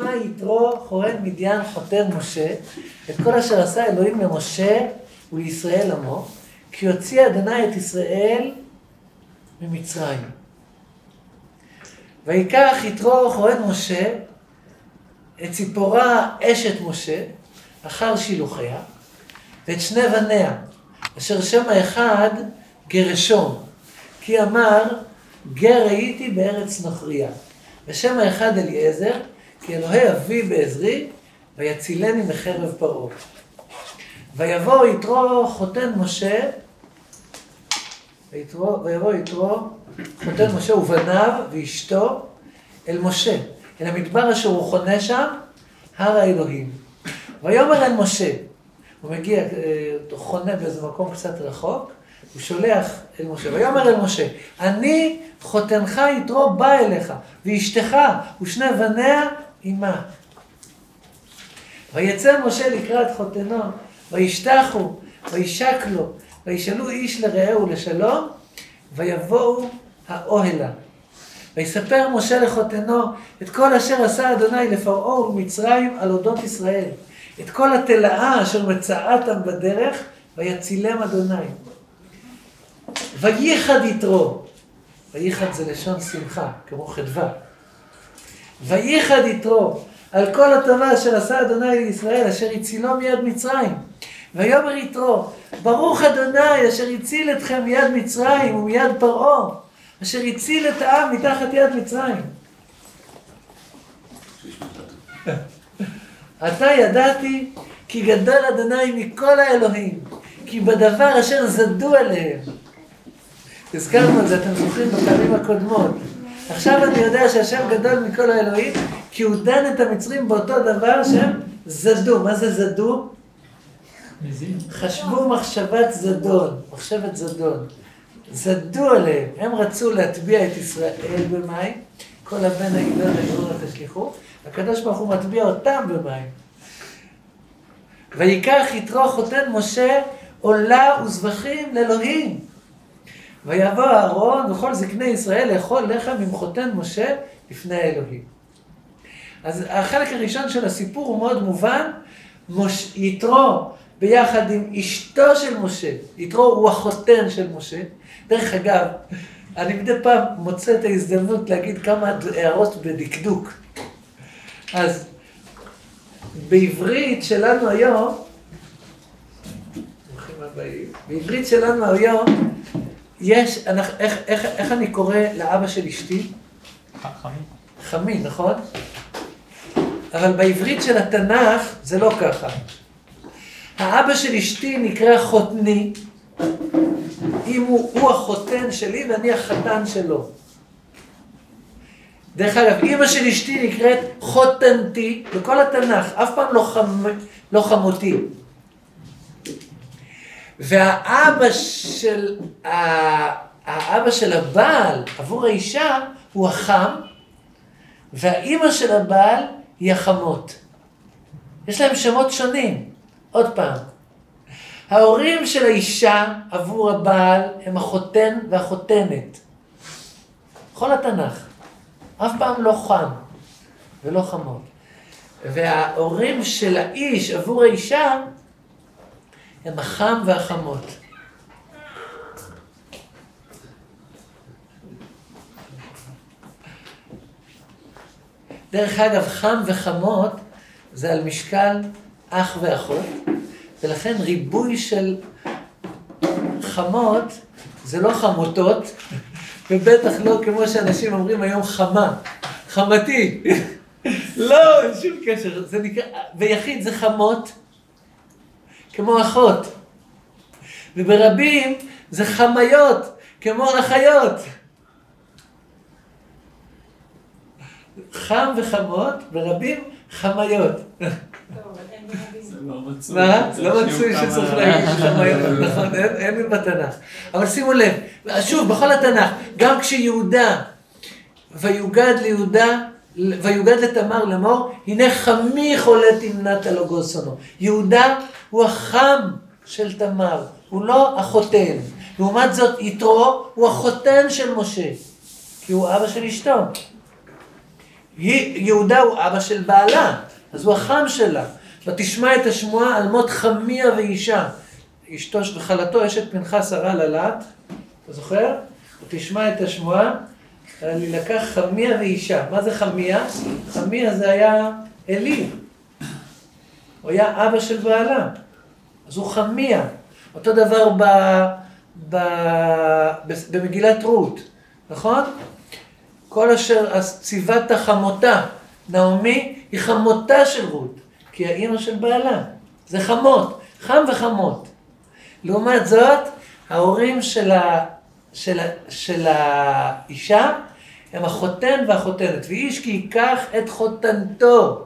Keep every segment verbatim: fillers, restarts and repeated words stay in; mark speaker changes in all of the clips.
Speaker 1: יתרו חורן מדיין חותן משה, את כל אשר עשה אלוהים למשה ולישראל עמו, כי הוציא אדוני את ישראל ממצרים. ויקח יתרו חורן משה, את ציפורה אשת משה, אחר שילוחיה, ואת שני בניה, אשר שם האחד גרשום, כי אמר, גר הייתי בארץ נוכריה. ושם האחד אליעזר, כי אלוהי אבי בעזרי, ויצילני מחרב פרעה. ויבוא יתרו חותן משה, ויתרו, ויבוא יתרו חותן משה ובניו ואשתו אל משה, אל המדבר אשר הוא חונה שם, הר האלוהים. ויאמר אל משה, הוא מגיע, הוא חונה באיזה מקום קצת רחוק, הוא שולח אל משה, ויאמר אל משה, אני חותנך יתרו בא אליך, ואשתך ושני בניה עמה. ויצא משה לקראת חותנו, וישתחו, וישקלו, וישאלו איש לרעהו לשלום, ויבואו האוהלה. ויספר משה לחותנו את כל אשר עשה אדוני לפרעה ולמצרים על אודות ישראל, את כל התלאה אשר מצאתם בדרך, ויצילם אדוני. וייחד יתרו, וייחד זה לשון שמחה, כמו חדווה. וייחד יתרו על כל הטובה אשר עשה אדוני לישראל, אשר הצילו מיד מצרים. ויאמר יתרו, ברוך אדוני אשר הציל אתכם מיד מצרים ומיד פרעה, אשר הציל את העם מתחת יד מצרים. עתה ידעתי כי גדול אדוני מכל האלוהים, כי בדבר אשר זדו עליהם. הזכרנו את זה, אתם זוכרים בפעמים הקודמות. עכשיו אני יודע שהשם גדול מכל האלוהים, כי הוא דן את המצרים באותו דבר שהם זדו. מה זה זדו? חשבו מחשבת זדון, מחשבת זדון. זדו עליהם, הם רצו להטביע את ישראל במים, כל הבן העיוור העיוור תשליכו, הקדוש ברוך הוא מטביע אותם במים. ויקח יתרו חותן משה עולה וזבחים לאלוהים. ויבוא אהרון וכל זקני ישראל לאכול לחם עם חותן משה לפני האלוהים. אז החלק הראשון של הסיפור הוא מאוד מובן. מש... יתרו ביחד עם אשתו של משה, יתרו הוא החותן של משה. דרך אגב, אני מדי פעם מוצא את ההזדמנות להגיד כמה הערות בדקדוק. אז בעברית שלנו היום, בעברית שלנו היום, יש, איך, איך, איך אני קורא לאבא של אשתי?
Speaker 2: חמי.
Speaker 1: חמי, נכון? אבל בעברית של התנ"ך זה לא ככה. האבא של אשתי נקרא חותני, אם הוא, הוא החותן שלי ואני החתן שלו. דרך אגב, אמא של אשתי נקראת חותנתי, בכל התנ"ך, אף פעם לא, חמ... לא חמותי. והאבא של, האבא של הבעל עבור האישה הוא החם, והאמא של הבעל היא החמות. יש להם שמות שונים. עוד פעם, ההורים של האישה עבור הבעל הם החותן והחותנת. בכל התנ"ך. אף פעם לא חם ולא חמות. וההורים של האיש עבור האישה הם החם והחמות. דרך אגב, חם וחמות זה על משקל אח ואחות, ולכן ריבוי של חמות זה לא חמותות, ובטח לא כמו שאנשים אומרים היום חמה, חמתי. לא, אין שום קשר. זה נקרא, ביחיד זה חמות, כמו אחות. וברבים זה חמיות, כמו אחיות. חם וחמות, ברבים חמיות. מה? לא מצוי שצריך להגיד חמיות, נכון, אין בתנ"ך. אבל שימו לב, שוב, בכל התנ"ך, גם כשיהודה ויוגד ליהודה, ויוגד לתמר לאמור, הנה חמי חולה תמנת על אוגוסונו. יהודה הוא החם של תמר, הוא לא החותן. לעומת זאת, יתרו הוא החותן של משה, כי הוא אבא של אשתו. היא, יהודה הוא אבא של בעלה, אז הוא החם שלה. ותשמע את השמועה על מות חמיה ואישה. אשתו וחלתו אשת פנחס הרע ללט, אתה זוכר? ותשמע את השמועה, לקח חמיה ואישה. מה זה חמיה? חמיה זה היה אלי. הוא היה אבא של בעלה. אז הוא חמיה. אותו דבר ב, ב, ב, במגילת רות, נכון? כל אשר ציוות חמותה, נעמי היא חמותה של רות, כי האמא של בעלה. זה חמות, חם וחמות. לעומת זאת, ההורים של, ה, של, ה, של האישה הם החותן והחותנת. ואיש כי ייקח את חותנתו.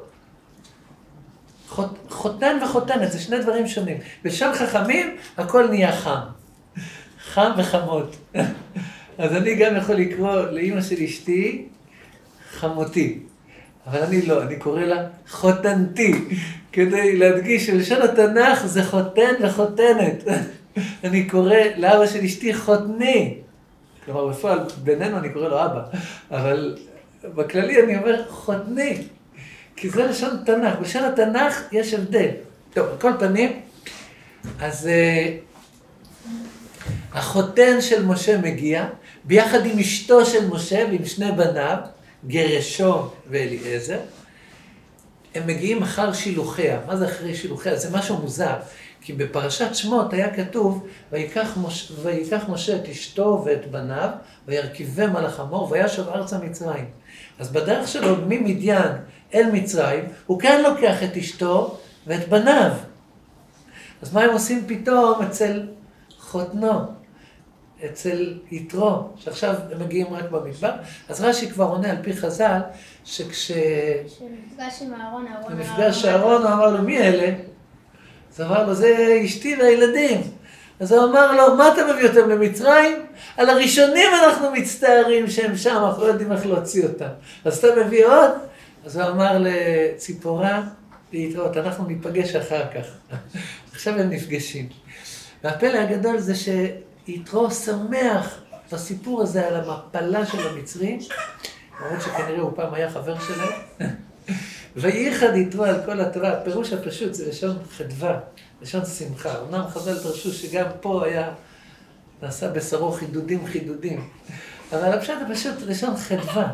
Speaker 1: חותן וחותנת, זה שני דברים שונים. בלשון חכמים, הכל נהיה חם. חם וחמות. אז אני גם יכול לקרוא לאמא של אשתי חמותי. אבל אני לא, אני קורא לה חותנתי. כדי להדגיש שלשון התנ"ך זה חותן וחותנת. אני קורא לאבא של אשתי חותני. כלומר, בפועל, בינינו אני קורא לו אבא. אבל בכללי אני אומר חותני. כי זה לשון תנ"ך. בשון התנ"ך יש הבדל. טוב, על כל פנים, אז uh, החותן של משה מגיע, ביחד עם אשתו של משה ועם שני בניו, גרשום ואליעזר, הם מגיעים אחר שילוחיה. מה זה אחרי שילוחיה? זה משהו מוזר. כי בפרשת שמות היה כתוב, ויקח משה, ויקח משה את אשתו ואת בניו, וירכיבם על החמור, וישב ארצה מצרים. אז בדרך שלו ממדיין אל מצרים, הוא כן לוקח את אשתו ואת בניו. אז מה הם עושים פתאום אצל חותנו, אצל יתרו, שעכשיו הם מגיעים רק במדבר? אז רש"י כבר עונה על פי חז"ל, שכש...
Speaker 2: שנפגש עם אהרון, אהרון...
Speaker 1: נפגש אהרון, הוא אמר לו, מי אלה? אז הוא אמר לו, זה אשתי והילדים. אז הוא אמר לו, מה אתה מביא אותם למצרים? על הראשונים אנחנו מצטערים שהם שם, אנחנו לא יודעים איך להוציא אותם. אז אתה מביא עוד? אז הוא אמר לציפורה, להתראות, אנחנו ניפגש אחר כך. עכשיו הם נפגשים. והפלא הגדול זה שיתרו שמח בסיפור הזה על המפלה של המצרים, למרות שכנראה הוא פעם היה חבר שלהם. וייחד יתרו על כל התורה, הפירוש הפשוט זה לשון חדווה, לשון שמחה. אמנם חז"ל דרשו שגם פה היה, נעשה בשרו חידודים חידודים, אבל הפשט הפשוט לשון חדווה.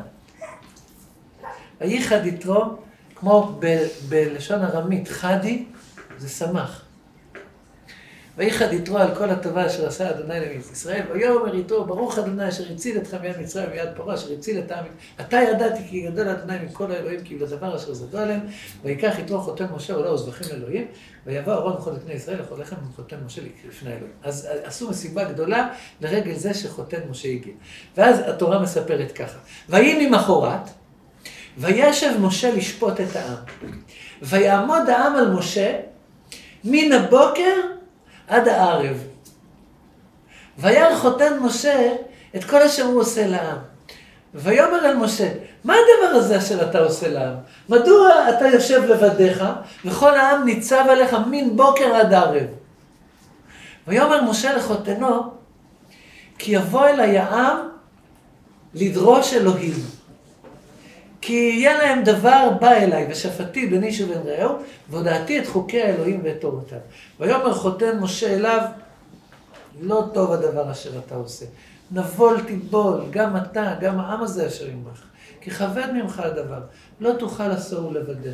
Speaker 1: וייחד יתרו, כמו ב- בלשון ארמית, חדי, זה שמח. וייחד יתרו על כל הטובה אשר עשה אדוני לבית ישראל, ויאמר יתרו, ברוך אדוני אשר הציל אתכם מיד מצרים ויד פרעה, אשר הציל את העם. עתה ידעתי כי גדול אדוני מכל האלוהים, כי לדבר אשר זדו עליהם, ויקח יתרו חותן משה עולה וזבחים לאלוהים, ויבוא אהרון וכל בני ישראל לכל לחם וחותן משה לפני אלוהים. אז עשו מסיבה גדולה לרגל זה שחותן משה הגיע. ואז התורה מספרת ככה, ויהי ממחרת, וישב משה לשפוט את העם, ויעמוד העם על משה מן הבוקר עד הערב. וירא חותן משה את כל אשר הוא עושה לעם. ויאמר אל משה, מה הדבר הזה אשר אתה עושה לעם? מדוע אתה יושב לבדיך, וכל העם ניצב עליך מן בוקר עד ערב? ויאמר משה לחותנו, כי יבוא אלי העם לדרוש אלוהים. כי יהיה להם דבר בא אליי, ושפטי בין איש ובין רעהו, והודעתי את חוקי האלוהים ואת תורותיו. ויאמר חותן משה אליו, לא טוב הדבר אשר אתה עושה. נבול תיבול, גם אתה, גם העם הזה אשר עמך. כי כבד ממך הדבר, לא תוכל אסור לבדיך.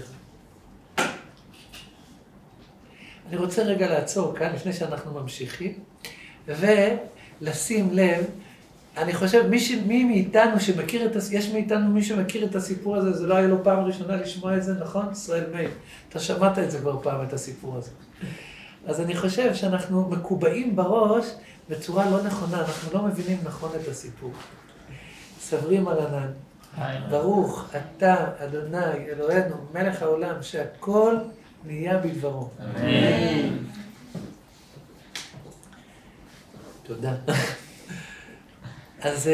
Speaker 1: אני רוצה רגע לעצור כאן, לפני שאנחנו ממשיכים, ולשים לב, אני חושב, מי, ש... מי מאיתנו שמכיר את, יש מאיתנו מי שמכיר את הסיפור הזה, זה לא היה לו פעם ראשונה לשמוע את זה, נכון? ישראל מאיר, אתה שמעת את זה כבר פעם, את הסיפור הזה. אז אני חושב שאנחנו מקובעים בראש בצורה לא נכונה, אנחנו לא מבינים נכון את הסיפור. סברים על ענן, ברוך אתה, אדוני, אלוהינו, מלך העולם, שהכל נהיה בדברו. אמן. תודה. אז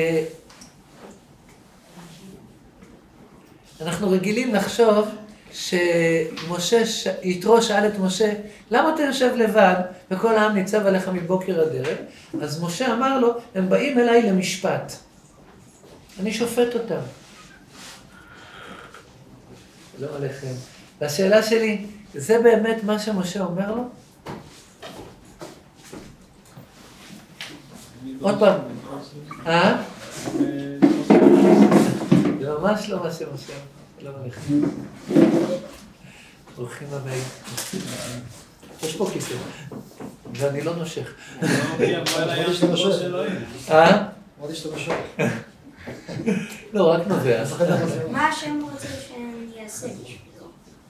Speaker 1: אנחנו רגילים לחשוב שמשה, יתרו שאל את משה, למה אתה יושב לבד וכל העם ניצב עליך מבוקר עד ערב? אז משה אמר לו, הם באים אליי למשפט. אני שופט אותם. שלום עליכם. והשאלה שלי, זה באמת מה שמשה אומר לו? עוד פעם. אה? זה ממש לא מה שמשה. שלום עליכם. ברוכים הבאים. יש פה כיסא, ואני לא נושך.
Speaker 3: אמרתי שאתה נושך.
Speaker 1: אה?
Speaker 3: אמרתי שאתה נושך.
Speaker 1: לא, רק נובע.
Speaker 2: מה השם רוצה שאני אעשה בשבילו?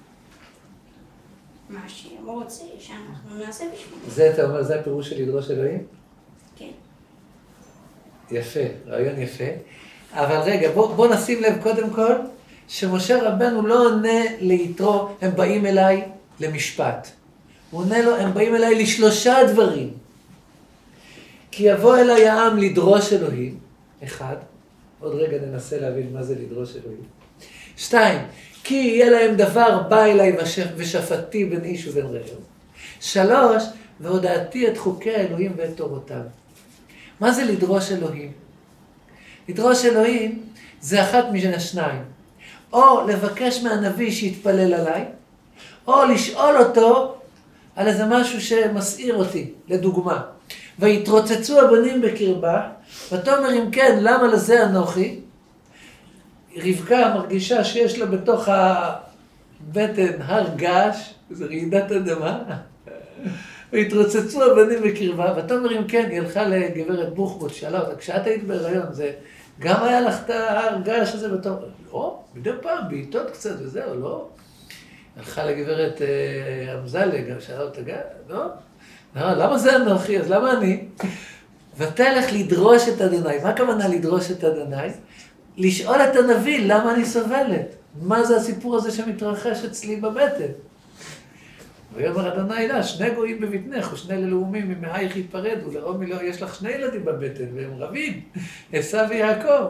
Speaker 2: מה השם רוצה שאנחנו נעשה בשבילו?
Speaker 1: זה אתה אומר, זה הפירוש של לדרוש אלוהים?
Speaker 2: כן.
Speaker 1: יפה, רעיון יפה. אבל רגע, בוא, בוא נשים לב קודם כל, שמשה רבנו לא עונה ליתרו, הם באים אליי למשפט. הוא עונה לו, הם באים אליי לשלושה דברים. כי יבוא אליי העם לדרוש אלוהים, אחד, עוד רגע ננסה להבין מה זה לדרוש אלוהים. שתיים, כי יהיה להם דבר בא אליי ושפטתי בין איש ובין רעהו. שלוש, והודעתי את חוקי האלוהים ואת תורותיו. מה זה לדרוש אלוהים? לדרוש אלוהים זה אחת מן השניים. או לבקש מהנביא שיתפלל עליי, או לשאול אותו על איזה משהו שמסעיר אותי, לדוגמה. ויתרוצצו הבנים בקרבה, ותאמר אם כן, למה לזה אנוכי? רבקה מרגישה שיש לה בתוך הבטן הר געש, זה רעידת אדמה. ויתרוצצו הבנים בקרבה, ותאמר אם כן, היא הלכה לגברת בוחבוט, שאלה אותה, כשאת היית בהיריון, זה גם היה לך את ההר געש הזה בתוך... לא, מדי פעם, בעיתות קצת וזהו, לא? הלכה לגברת אמזלג, שאלה אותה, לא? למה זה אנוכי? אז למה אני? ותלך לדרוש את אדוני. מה הכוונה לדרוש את אדוני? לשאול את הנביא למה אני סובלת. מה זה הסיפור הזה שמתרחש אצלי בבטן? ויאמר אדוני לה, שני גויים בבטנך ושני ללאומים ממאייך יתפרדו, לאומי לא, יש לך שני ילדים בבטן והם רבים, עשיו ויעקב.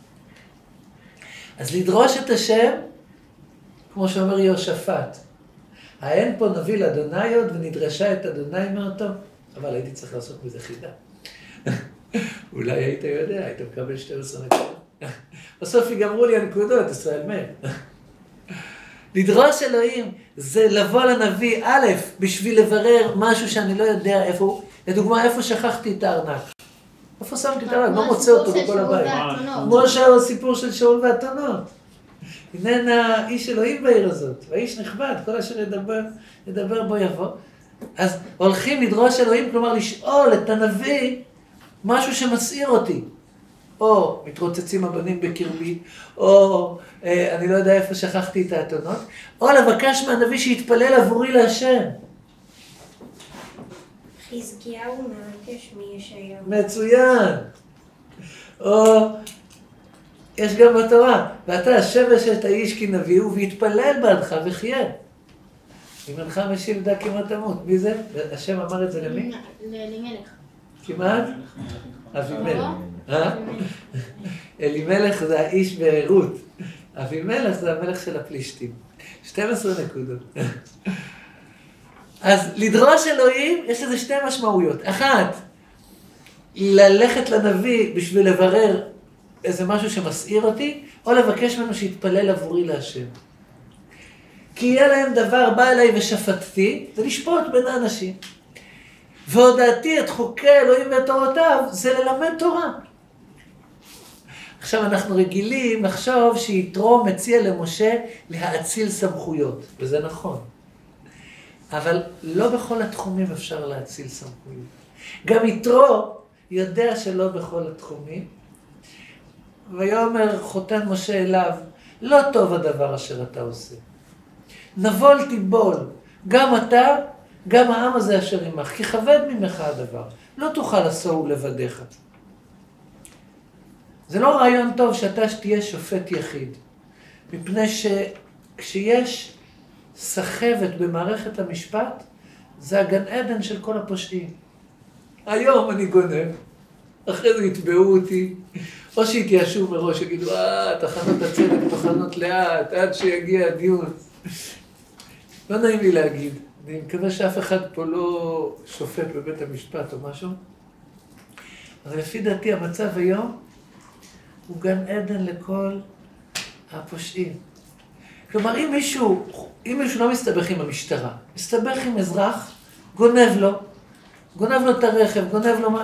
Speaker 1: אז לדרוש את השם, כמו שאומר יהושפט, האין פה נביא לאדוני עוד ונדרשה את אדוני מאותו, אבל הייתי צריך לעשות מזה חידה. אולי היית יודע, היית מקבל שתים עשרה נקודות. בסוף יגמרו לי הנקודות, ישראל מאיר. לדרוש אלוהים זה לבוא לנביא, א', בשביל לברר משהו שאני לא יודע איפה הוא, לדוגמה, איפה שכחתי את הארנק. איפה שמתי את הארנק? לא מוצא אותו בכל הבית. כמו שהסיפור של שאול והתונות. הננה איש אלוהים בעיר הזאת, והאיש נכבד, כל אשר ידבר, ידבר בו יבוא. אז הולכים לדרוש אלוהים, כלומר לשאול את הנביא משהו שמסעיר אותי. או מתרוצצים הבנים בקרבי, או אה, אני לא יודע איפה שכחתי את האתונות, או לבקש מהנביא שיתפלל עבורי להשם.
Speaker 2: חזקיהו מבקש מישעיהו.
Speaker 1: מצוין. או יש גם בתורה, ואתה השב אשת האיש כי נביאו ויתפלל בעדך וחיה. אם אינך משיב דע כמעט תמות. מי זה? השם אמר את זה למי?
Speaker 2: לאלימלך.
Speaker 1: כמעט? אבימלך. אה? אלימלך זה האיש ברות. אבימלך זה המלך של הפלישתים. שתים עשרה נקודות. אז לדרוש אלוהים, יש לזה שתי משמעויות. אחת, ללכת לנביא בשביל לברר איזה משהו שמסעיר אותי, או לבקש ממנו שיתפלל עבורי להשם. כי יהיה להם דבר בא אליי ושפטתי, זה לשפוט בין האנשים. והודעתי את חוקי אלוהים ואת תורותיו, זה ללמד תורה. עכשיו אנחנו רגילים לחשוב שיתרו מציע למשה להאציל סמכויות, וזה נכון. אבל לא בכל התחומים אפשר להאציל סמכויות. גם יתרו יודע שלא בכל התחומים, ויאמר חותן משה אליו, לא טוב הדבר אשר אתה עושה. נבול תיבול, גם אתה, גם העם הזה אשר עמך, כי כבד ממך הדבר, לא תוכל לסור לבדיך. זה לא רעיון טוב שאתה תהיה שופט יחיד, מפני שכשיש סחבת במערכת המשפט, זה הגן עדן של כל הפושעים. היום אני גונב, אחרי זה יתבעו אותי, או שיתיישו מראש, יגידו, אה, תחנות הצדק, תחנות לאט, עד שיגיע הדיון. לא נעים לי להגיד, אני מקווה שאף אחד פה לא שופט בבית המשפט או משהו, אבל לפי דעתי המצב היום הוא גן עדן לכל הפושעים. כלומר, אם מישהו, אם מישהו לא מסתבך עם המשטרה, מסתבך עם אזרח, גונב לו, גונב לו את הרכב, גונב לו מה...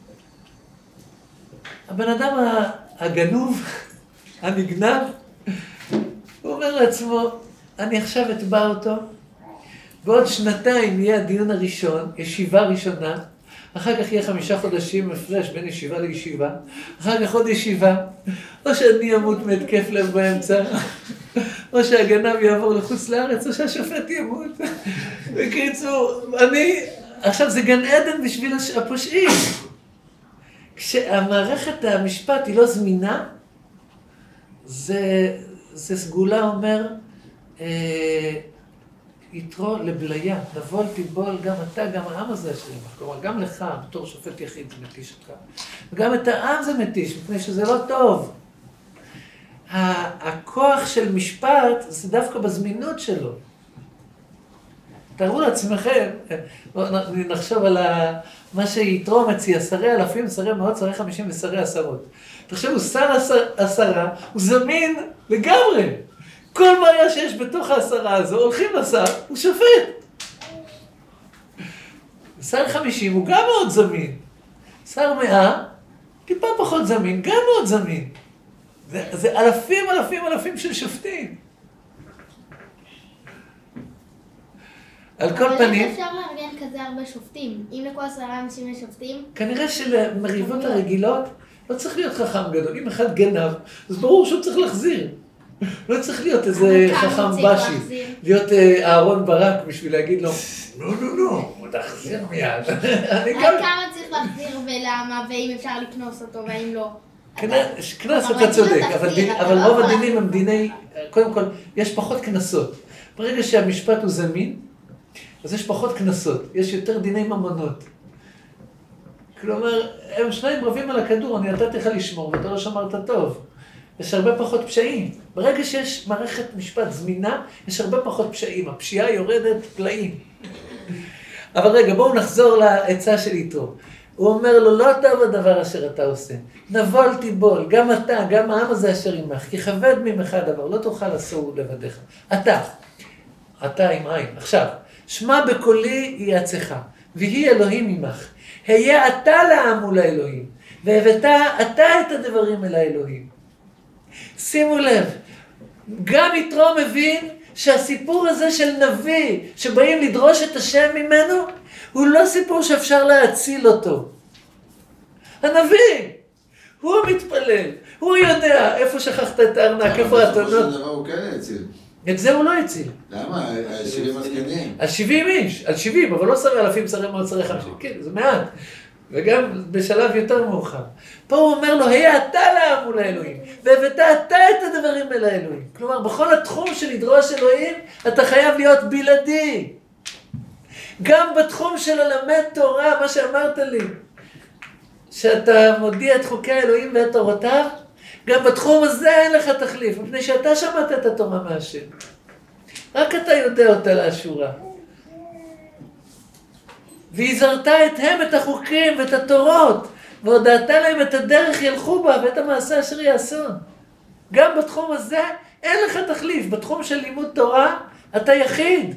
Speaker 1: הבן אדם הגנוב, הנגנב, הוא אומר לעצמו, אני עכשיו אתבע אותו, בעוד שנתיים יהיה הדיון הראשון, ישיבה ראשונה, אחר כך יהיה חמישה חודשים הפרש בין ישיבה לישיבה, אחר כך עוד ישיבה, או שאני אמות מהתקף לב באמצע, או שהגנב יעבור לחוץ לארץ, או שהשופט ימות. בקיצור, אני, עכשיו זה גן עדן בשביל הפושעים. כשהמערכת המשפט היא לא זמינה, זה, זה סגולה אומר, אה, יתרו לבליה, נבול תיבול גם אתה, גם העם הזה אשרים. כלומר, גם לך, בתור שופט יחיד, זה מתיש אותך. וגם את העם זה מתיש, מפני שזה לא טוב. הכוח של משפט זה דווקא בזמינות שלו. תארו לעצמכם, נחשוב על מה שיתרו מציע, שרי אלפים, שרי מאות, שרי חמישים ושרי עשרות. תחשבו, שר עשרה, הוא זמין לגמרי. כל בעיה שיש בתוך העשרה הזו, הולכים לשר, הוא שופט. שר חמישים הוא גם מאוד זמין. שר מאה, טיפה פחות זמין, גם מאוד זמין. זה, זה אלפים, אלפים, אלפים של שופטים. על כל פנים...
Speaker 4: אבל איך אפשר לארגן כזה הרבה שופטים? אם לכל עשרה אנשים יש שופטים?
Speaker 1: כנראה שלמריבות הרגילות לא צריך להיות חכם גדול. אם אחד גנב, אז ברור שהוא צריך להחזיר. לא צריך להיות איזה חכם בשי, להיות אהרון ברק בשביל להגיד לו, לא, לא, לא, הוא תחזיר מיד.
Speaker 4: כמה צריך להחזיר ולמה, ואם אפשר לקנוס אותו, ואם לא.
Speaker 1: קנס אתה צודק, אבל רוב הדינים הם דיני, קודם כל, יש פחות קנסות. ברגע שהמשפט הוא זמין, אז יש פחות קנסות, יש יותר דיני ממונות. כלומר, הם שניים רבים על הכדור, אני נתתי לך לשמור, ואתה לא שמרת טוב. יש הרבה פחות פשעים. ברגע שיש מערכת משפט זמינה, יש הרבה פחות פשעים. הפשיעה יורדת פלאים. אבל רגע, בואו נחזור לעצה של יתרו. הוא אומר לו, לא טוב הדבר אשר אתה עושה. נבול תיבול, גם אתה, גם העם הזה אשר עמך, כי כבד ממך הדבר, לא תוכל אסור לבדיך. אתה, אתה עם עין. עכשיו, שמע בקולי יעצך, ויהי אלוהים עמך. היה אתה לעם מול האלוהים, והבאת אתה את הדברים אל האלוהים. שימו לב, גם יתרו מבין שהסיפור הזה של נביא, שבאים לדרוש את השם ממנו, הוא לא סיפור שאפשר להציל אותו. הנביא, הוא מתפלל, הוא יודע איפה שכחת את הארנק, איפה האתונות.
Speaker 5: הוא כן הציל.
Speaker 1: את זה הוא לא הציל.
Speaker 5: למה? על שבעים הזקנים.
Speaker 1: על שבעים איש, על שבעים, אבל לא שרי אלפים, שרי מאות, שרי חמישים. כן, זה מעט. וגם בשלב יותר מאוחר. פה הוא אומר לו, היה אתה לעם מול האלוהים, והבאת אתה את הדברים אל האלוהים. כלומר, בכל התחום של לדרוש אלוהים, אתה חייב להיות בלעדי. גם בתחום של ללמד תורה, מה שאמרת לי, שאתה מודיע את חוקי האלוהים ואת תורותיו, גם בתחום הזה אין לך תחליף, מפני שאתה שמעת את התורה מהשם. רק אתה יודע אותה לאשורה. והזהרת את הם את החוקים ואת התורות, והודעת להם את הדרך ילכו בה ואת המעשה אשר יעשון. גם בתחום הזה אין לך תחליף. בתחום של לימוד תורה אתה יחיד.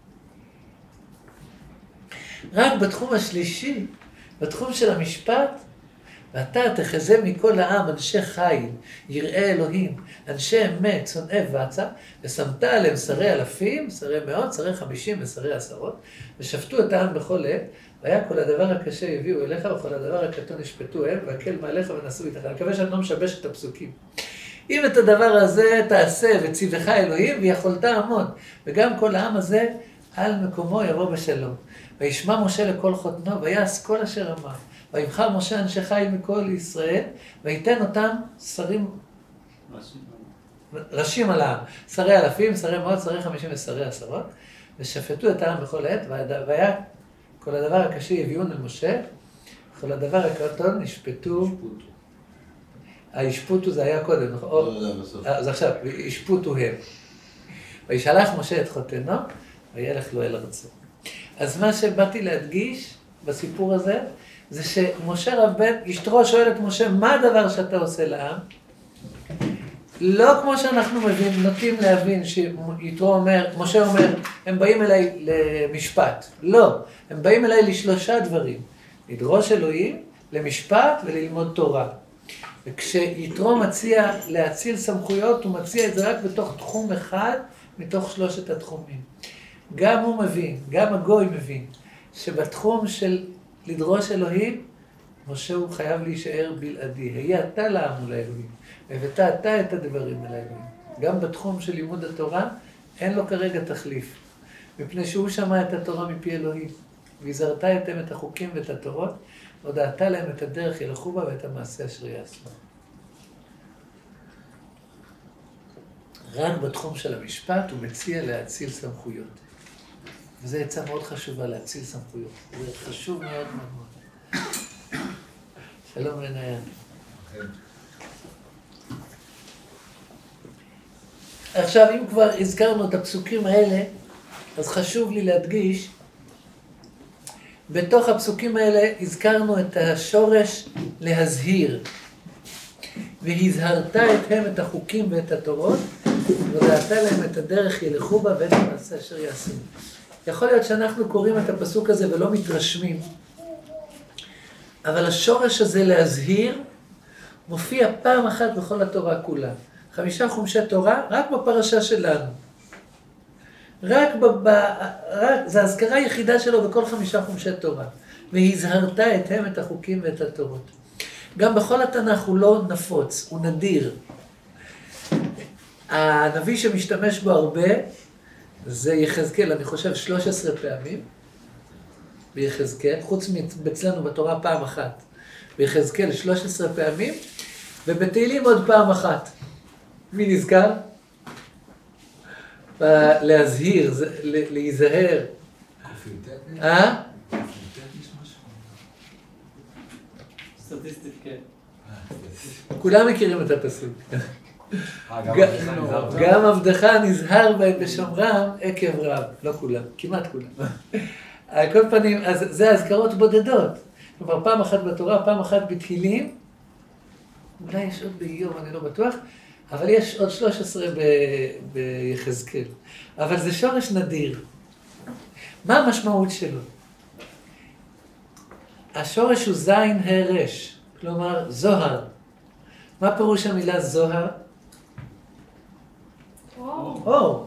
Speaker 1: רק בתחום השלישי, בתחום של המשפט, ואתה תחזה מכל העם אנשי חיל, יראי אלוהים, אנשי אמת, שונאי בצע, ושמת עליהם שרי אלפים, שרי מאות, שרי חמישים ושרי עשרות, ושפטו את העם בכל עת, והיה כל הדבר הקשה הביאו אליך, וכל הדבר הקטון ישפטו הם, והקל מעליך ונסו איתך. אני מקווה שאני לא משבש את הפסוקים. אם את הדבר הזה תעשה וציווך אלוהים, ויכולת עמוד, וגם כל העם הזה על מקומו יבוא בשלום. וישמע משה לכל חותנו, ויעש כל אשר אמר. ויבחר משה אנשי חיל מכל ישראל, וייתן אותם שרים, ראשים על העם, שרי אלפים, שרי מאות, שרי חמישים ושרי עשרות, ושפטו את העם בכל עת, והיה כל הדבר הקשה יביאון אל משה, כל הדבר הקטון נשפטו, הישפוטו זה היה קודם, אז עכשיו, ישפוטו הם. וישלח משה את חותנו, וילך לו אל ארצו. אז מה שבאתי להדגיש בסיפור הזה, זה שמשה רבן, ישתרו שואל את משה, מה הדבר שאתה עושה לעם? לא כמו שאנחנו מבין, נוטים להבין שיתרו אומר, משה אומר, הם באים אליי למשפט. לא, הם באים אליי לשלושה דברים. לדרוש אלוהים, למשפט וללמוד תורה. וכשיתרו מציע להציל סמכויות, הוא מציע את זה רק בתוך תחום אחד, מתוך שלושת התחומים. גם הוא מבין, גם הגוי מבין, שבתחום של לדרוש אלוהים, משה הוא חייב להישאר בלעדי. היה אתה לעם מול האלוהים, והבאת אתה את הדברים אל האלוהים. גם בתחום של לימוד התורה, אין לו כרגע תחליף. מפני שהוא שמע את התורה מפי אלוהים, והזהרת אתם את החוקים ואת התורות, הודעת להם את הדרך ילכו בה ואת המעשה אשר יעשו. רק בתחום של המשפט הוא מציע להציל סמכויות. וזו עצה מאוד חשובה, להציל סמכויות. זה חשוב מאוד מאוד מאוד. שלום לנעיין. עכשיו, אם כבר הזכרנו את הפסוקים האלה, אז חשוב לי להדגיש, בתוך הפסוקים האלה הזכרנו את השורש להזהיר. והזהרת אתהם את החוקים ואת התורות, ודעת להם את הדרך ילכו בה ואת המעשה אשר יעשו. יכול להיות שאנחנו קוראים את הפסוק הזה ולא מתרשמים, אבל השורש הזה להזהיר מופיע פעם אחת בכל התורה כולה. חמישה חומשי תורה רק בפרשה שלנו. רק, ב, ב, רק זה הזכרה היחידה שלו בכל חמישה חומשי תורה. והזהרת אתהם את החוקים ואת התורות. גם בכל התנ"ך הוא לא נפוץ, הוא נדיר. הנביא שמשתמש בו הרבה זה יחזקאל, אני חושב שלוש עשרה פעמים ביחזקאל, חוץ מאצלנו בתורה פעם אחת. ביחזקאל שלוש עשרה פעמים, ובתהילים עוד פעם אחת. מי נזכר? להזהיר, להיזהר. אה?
Speaker 3: סטטיסטית, כן.
Speaker 1: כולם מכירים את הפסוק. גם עבדך נזהר בהם בשומרם עקב רב. לא כולם, כמעט כולם. על כל פנים, אז זה הזכרות בודדות. כלומר, פעם אחת בתורה, פעם אחת בתהילים. אולי יש עוד באיוב, אני לא בטוח. אבל יש עוד שלוש עשרה ביחזקאל. אבל זה שורש נדיר. מה המשמעות שלו? השורש הוא זין הרש, כלומר זוהר. מה פירוש המילה זוהר?
Speaker 4: אור.
Speaker 1: אור.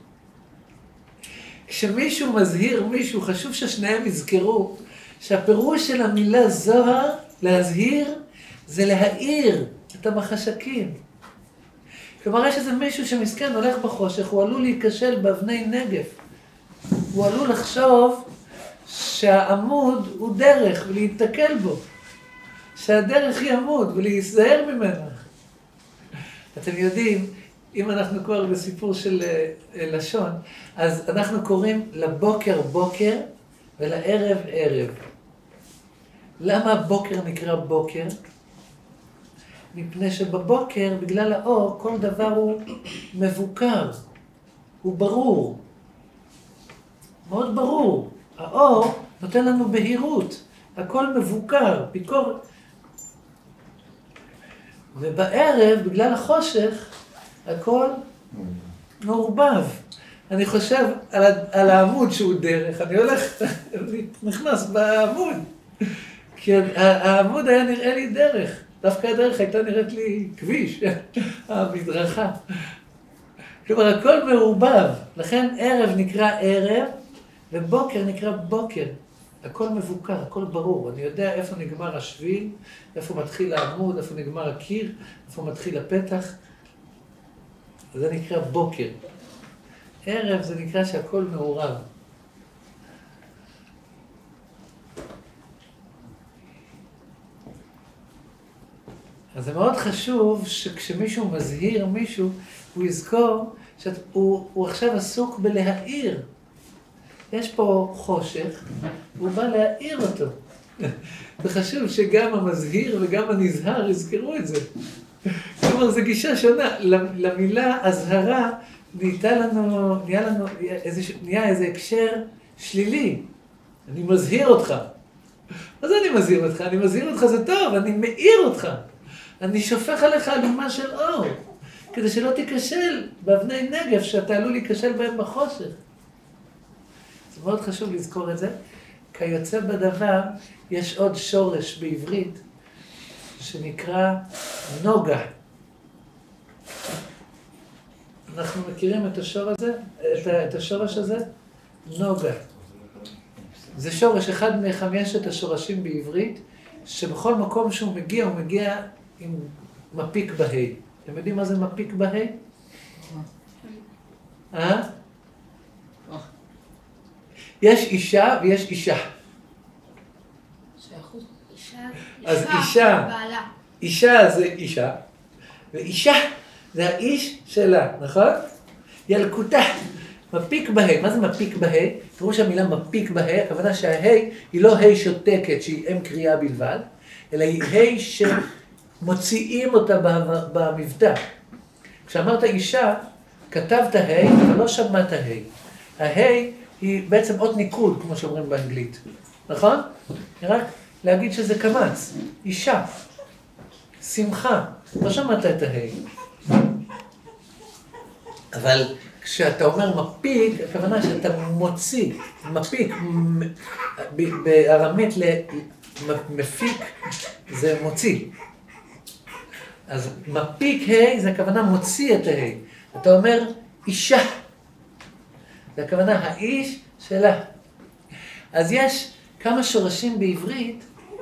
Speaker 1: כשמישהו מזהיר מישהו, חשוב ששניהם יזכרו שהפירוש של המילה זוהר, להזהיר, זה להאיר את המחשקים. כלומר, יש איזה מישהו שמסכן הולך בחושך, הוא עלול להיכשל באבני נגף. הוא עלול לחשוב שהעמוד הוא דרך ולהתקל בו. שהדרך היא עמוד ולהיזהר ממנו. אתם יודעים, אם אנחנו כבר בסיפור של לשון, אז אנחנו קוראים לבוקר בוקר ולערב ערב. למה הבוקר נקרא בוקר? מפני שבבוקר, בגלל האור, כל דבר הוא מבוקר, הוא ברור. מאוד ברור. האור נותן לנו בהירות, הכל מבוקר, ביקור. ובערב, בגלל החושך, הכל מעורבב. אני חושב על, על העמוד שהוא דרך, אני הולך, אני נכנס בעמוד, כי העמוד היה נראה לי דרך. דווקא הדרך הייתה נראית לי כביש, המדרכה. כלומר, הכל מעורבב. לכן ערב נקרא ערב, ובוקר נקרא בוקר. הכל מבוקר, הכל ברור. אני יודע איפה נגמר השביל, איפה מתחיל העמוד, איפה נגמר הקיר, איפה מתחיל הפתח. זה נקרא בוקר. ערב זה נקרא שהכל מעורב. אז זה מאוד חשוב שכשמישהו מזהיר מישהו, הוא יזכור שהוא הוא עכשיו עסוק בלהאיר. יש פה חושך, והוא בא להאיר אותו. זה חשוב שגם המזהיר וגם הנזהר יזכרו את זה. כלומר, זו גישה שונה. למילה הזהרה נהייתה לנו, נהיה לנו איזה, נהיה איזה הקשר שלילי. אני מזהיר אותך. מה זה אני מזהיר אותך? אני מזהיר אותך, זה טוב, אני מאיר אותך. אני שופך עליך אלומה של אור. כדי שלא תיכשל באבני נגף שאתה עלול להיכשל בהם בחושך. זה מאוד חשוב לזכור את זה. כיוצא בדבר, יש עוד שורש בעברית שנקרא נוגה. אנחנו מכירים את השור הזה, את, את השורש הזה? נוגה. זה שורש אחד מחמשת השורשים בעברית, שבכל מקום שהוא מגיע, הוא מגיע עם מפיק בהי. אתם יודעים מה זה מפיק בהי? אה? יש אישה ויש אישה.
Speaker 4: אישה,
Speaker 1: אז אישה,
Speaker 4: בעלה.
Speaker 1: אישה זה אישה, ואישה זה האיש שלה, נכון? ילקוטה, מפיק בהי. מה זה מפיק בהי? תראו שהמילה מפיק בהי, הכוונה שההי היא לא הי שותקת שהיא אם קריאה בלבד, אלא היא הי שמוציאים אותה במבטא. כשאמרת אישה, כתבת הי, אבל לא שמעת הי. ההי היא בעצם אות ניקוד, כמו שאומרים באנגלית, נכון? רק להגיד שזה קמץ, אישה, שמחה, לא שמעת את ההי. אבל כשאתה אומר מפיק, הכוונה שאתה מוציא, מפיק, בארמית למפיק זה מוציא. אז מפיק ה' זה הכוונה מוציא את הה'. אתה אומר אישה. זה הכוונה האיש שלה. אז יש כמה שורשים בעברית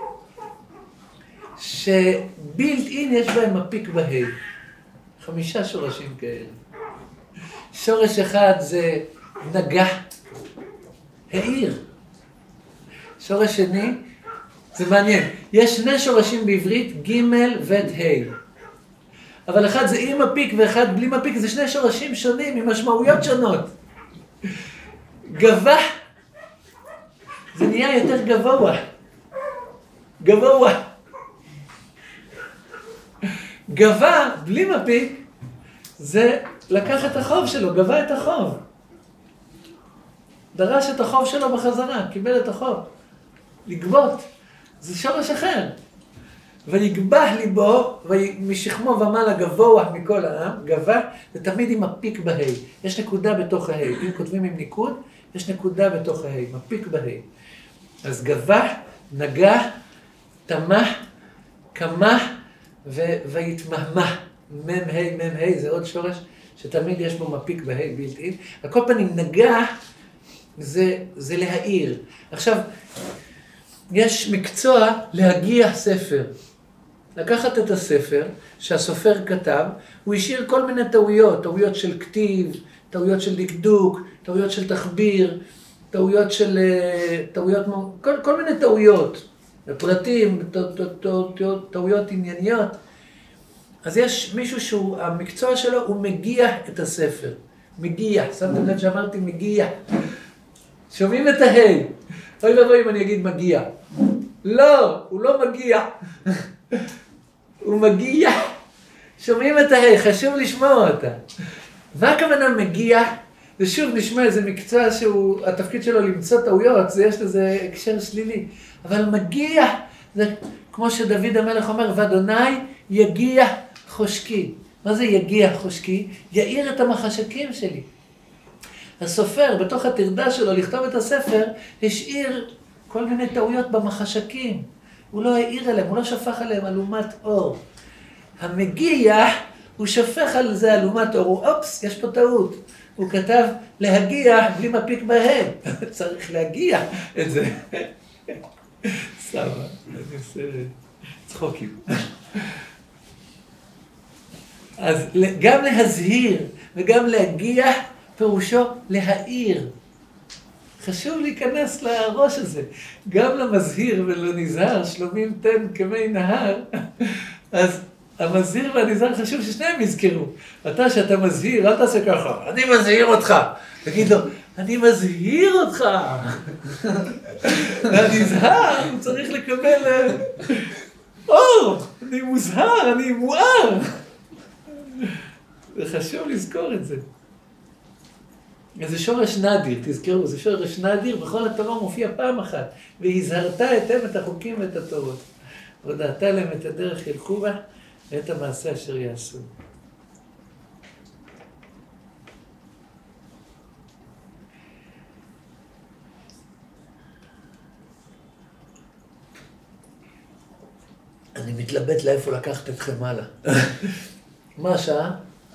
Speaker 1: שבילט אין יש בהם מפיק בה'. חמישה שורשים כאלה. שורש אחד זה נגע, העיר. שורש שני, זה מעניין, יש שני שורשים בעברית, ג' ו ה'. אבל אחד זה עם מפיק ואחד בלי מפיק, זה שני שורשים שונים עם משמעויות שונות. גבה, זה נהיה יותר גבוה. גבוה. גבה, בלי מפיק, זה לקח את החוב שלו, גבה את החוב. דרש את החוב שלו בחזרה, קיבל את החוב. לגבות, זה שורש אחר. ויגבה ליבו, ומשכמו ומעלה גבוה מכל העם, גבה, זה תמיד עם מפיק בה'. יש נקודה בתוך הה'. אם כותבים עם ניקוד, יש נקודה בתוך הה', מפיק בה'. אז גבה, נגע, תמה, קמה, ויתמהמה. מם ה', מם ה', זה עוד שורש שתמיד יש בו מפיק בה' בילט אין. על כל פנים, נגע זה, זה להעיר. עכשיו, יש מקצוע להגיע ספר. לקחת את הספר שהסופר כתב, הוא השאיר כל מיני טעויות, טעויות של כתיב, טעויות של דקדוק, טעויות של תחביר, טעויות של, טעויות, כל, כל מיני טעויות, פרטים, טעויות ענייניות. אז יש מישהו שהוא, המקצוע שלו הוא מגיע את הספר. מגיע, שמתם לב שאמרתי מגיע. שומעים את ההי. אוי ואבוי אם אני אגיד מגיע. לא, הוא לא מגיע. הוא מגיע. שומעים את ההי, חשוב לשמוע אותה. מה הכוונה מגיע? זה שוב נשמע איזה מקצוע שהוא, התפקיד שלו למצוא טעויות, זה יש לזה הקשר שלילי. אבל מגיע, זה כמו שדוד המלך אומר, ואדוני יגיע חושקי. מה זה יגיע חושקי? יאיר את המחשקים שלי. הסופר, בתוך התרדה שלו לכתוב את הספר, השאיר כל מיני טעויות במחשקים. הוא לא העיר עליהם, הוא לא שפך עליהם אלומת אור. המגיע, הוא שפך על זה אלומת אור. הוא, אופס, יש פה טעות. הוא כתב להגיע בלי מפיק בהם. צריך להגיע את זה. סבא, אני עושה צחוקים. אז גם להזהיר וגם להגיע פירושו להעיר. חשוב להיכנס לראש הזה. גם למזהיר ולנזהר, שלומים תן כמי נהר, אז המזהיר והנזהר חשוב ששניהם יזכרו. אתה שאתה מזהיר, אל תעשה ככה, אני מזהיר אותך. תגיד לו, אני מזהיר אותך. והנזהר הוא צריך לקבל אור, אני מוזהר, אני מואר. זה חשוב לזכור את זה. זה שורש נדיר, תזכרו, זה שורש נדיר, בכל התורה מופיע פעם אחת. והזהרת אתם את החוקים ואת התורות. והודעת להם את הדרך ילכו בה, ואת המעשה אשר יעשו. אני מתלבט לאיפה לקחת אתכם הלאה. מה השעה?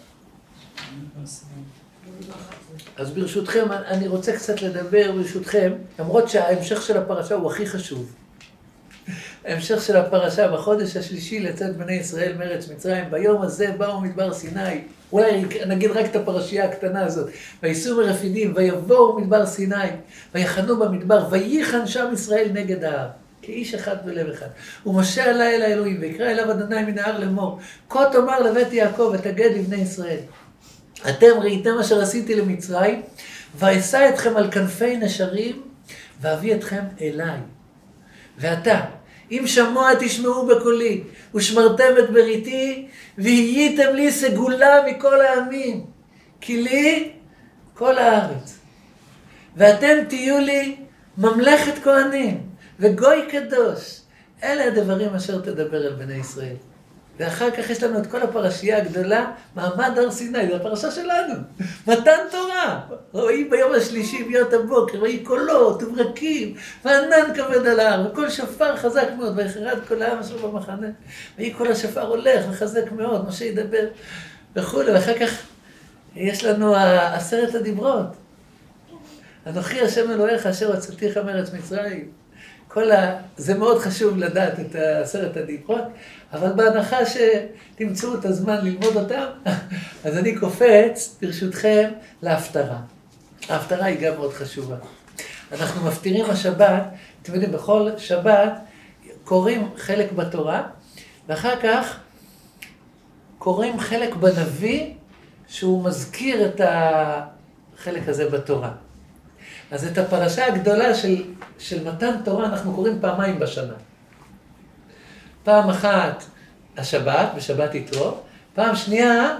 Speaker 1: אז ברשותכם, אני רוצה קצת לדבר ברשותכם, למרות שההמשך של הפרשה הוא הכי חשוב. ההמשך של הפרשה, בחודש השלישי לצאת בני ישראל מארץ מצרים, ביום הזה באו מדבר סיני, אולי נגיד רק את הפרשייה הקטנה הזאת, וייסעו מרפידים, ויבואו מדבר סיני, ויחנו במדבר, וייחן שם ישראל נגד ההר, כאיש אחד בלב אחד. ומשה עלה אל האלוהים, ויקרא אליו אדוני מן ההר לאמור, כה תאמר לבית יעקב ותגד לבני ישראל. אתם ראיתם אשר עשיתי למצרים, ואשא אתכם על כנפי נשרים, ואביא אתכם אליי. ועתה, אם שמוע תשמעו בקולי, ושמרתם את בריתי, והייתם לי סגולה מכל העמים, כי לי כל הארץ. ואתם תהיו לי ממלכת כהנים, וגוי קדוש. אלה הדברים אשר תדבר אל בני ישראל. ואחר כך יש לנו את כל הפרשייה הגדולה, מעמד הר סיני, זו הפרשה שלנו. מתן תורה. רואים ביום השלישי ביות הבוקר, ויהי קולות וברקים, וענן כבד על ההר, וכל שפר חזק מאוד, ויחרד כל העם אשר במחנה. ויהי כל השפר הולך וחזק מאוד, משה ידבר וכו'. ואחר כך יש לנו עשרת הדיברות. אנוכי השם אלוהיך אשר הוצאתיך מארץ מצרים. כל ה... זה מאוד חשוב לדעת את עשרת הדיברות, אבל בהנחה שתמצאו את הזמן ללמוד אותם, אז אני קופץ, ברשותכם, להפטרה. ההפטרה היא גם מאוד חשובה. אנחנו מפטירים השבת, אתם יודעים, בכל שבת קוראים חלק בתורה, ואחר כך קוראים חלק בנביא, שהוא מזכיר את החלק הזה בתורה. אז את הפרשה הגדולה של, של מתן תורה אנחנו קוראים פעמיים בשנה. פעם אחת השבת, בשבת יתרו, פעם שנייה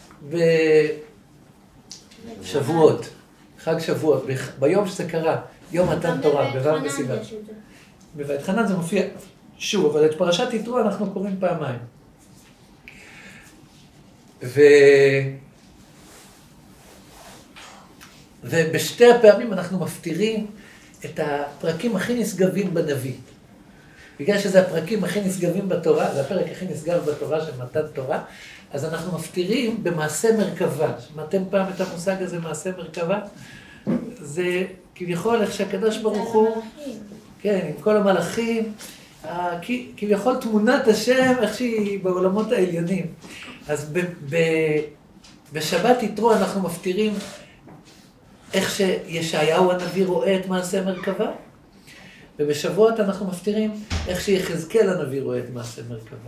Speaker 1: בשבועות, חג שבועות, ביום שזה קרה, יום מתן תורה, בו' בסיוון. בבית חנן זה מופיע שוב, אבל את פרשת יתרו אנחנו קוראים פעמיים. ו... ובשתי הפעמים אנחנו מפטירים את הפרקים הכי נשגבים בנביא. בגלל שזה הפרקים הכי נשגבים בתורה, זה הפרק הכי נשגב בתורה של מתן תורה, אז אנחנו מפטירים במעשה מרכבה. שמעתם פעם את המושג הזה, מעשה מרכבה? זה כביכול איך שהקדוש ברוך הוא, כן, עם כל המלאכים, כביכול תמונת השם, איך שהיא בעולמות העליונים. אז ב- ב- בשבת יתרו אנחנו מפטירים איך שישעיהו הנביא רואה את מעשה מרכבה, ובשבועות אנחנו מפטירים איך שיחזקאל הנביא רואה את מעשה מרכבה.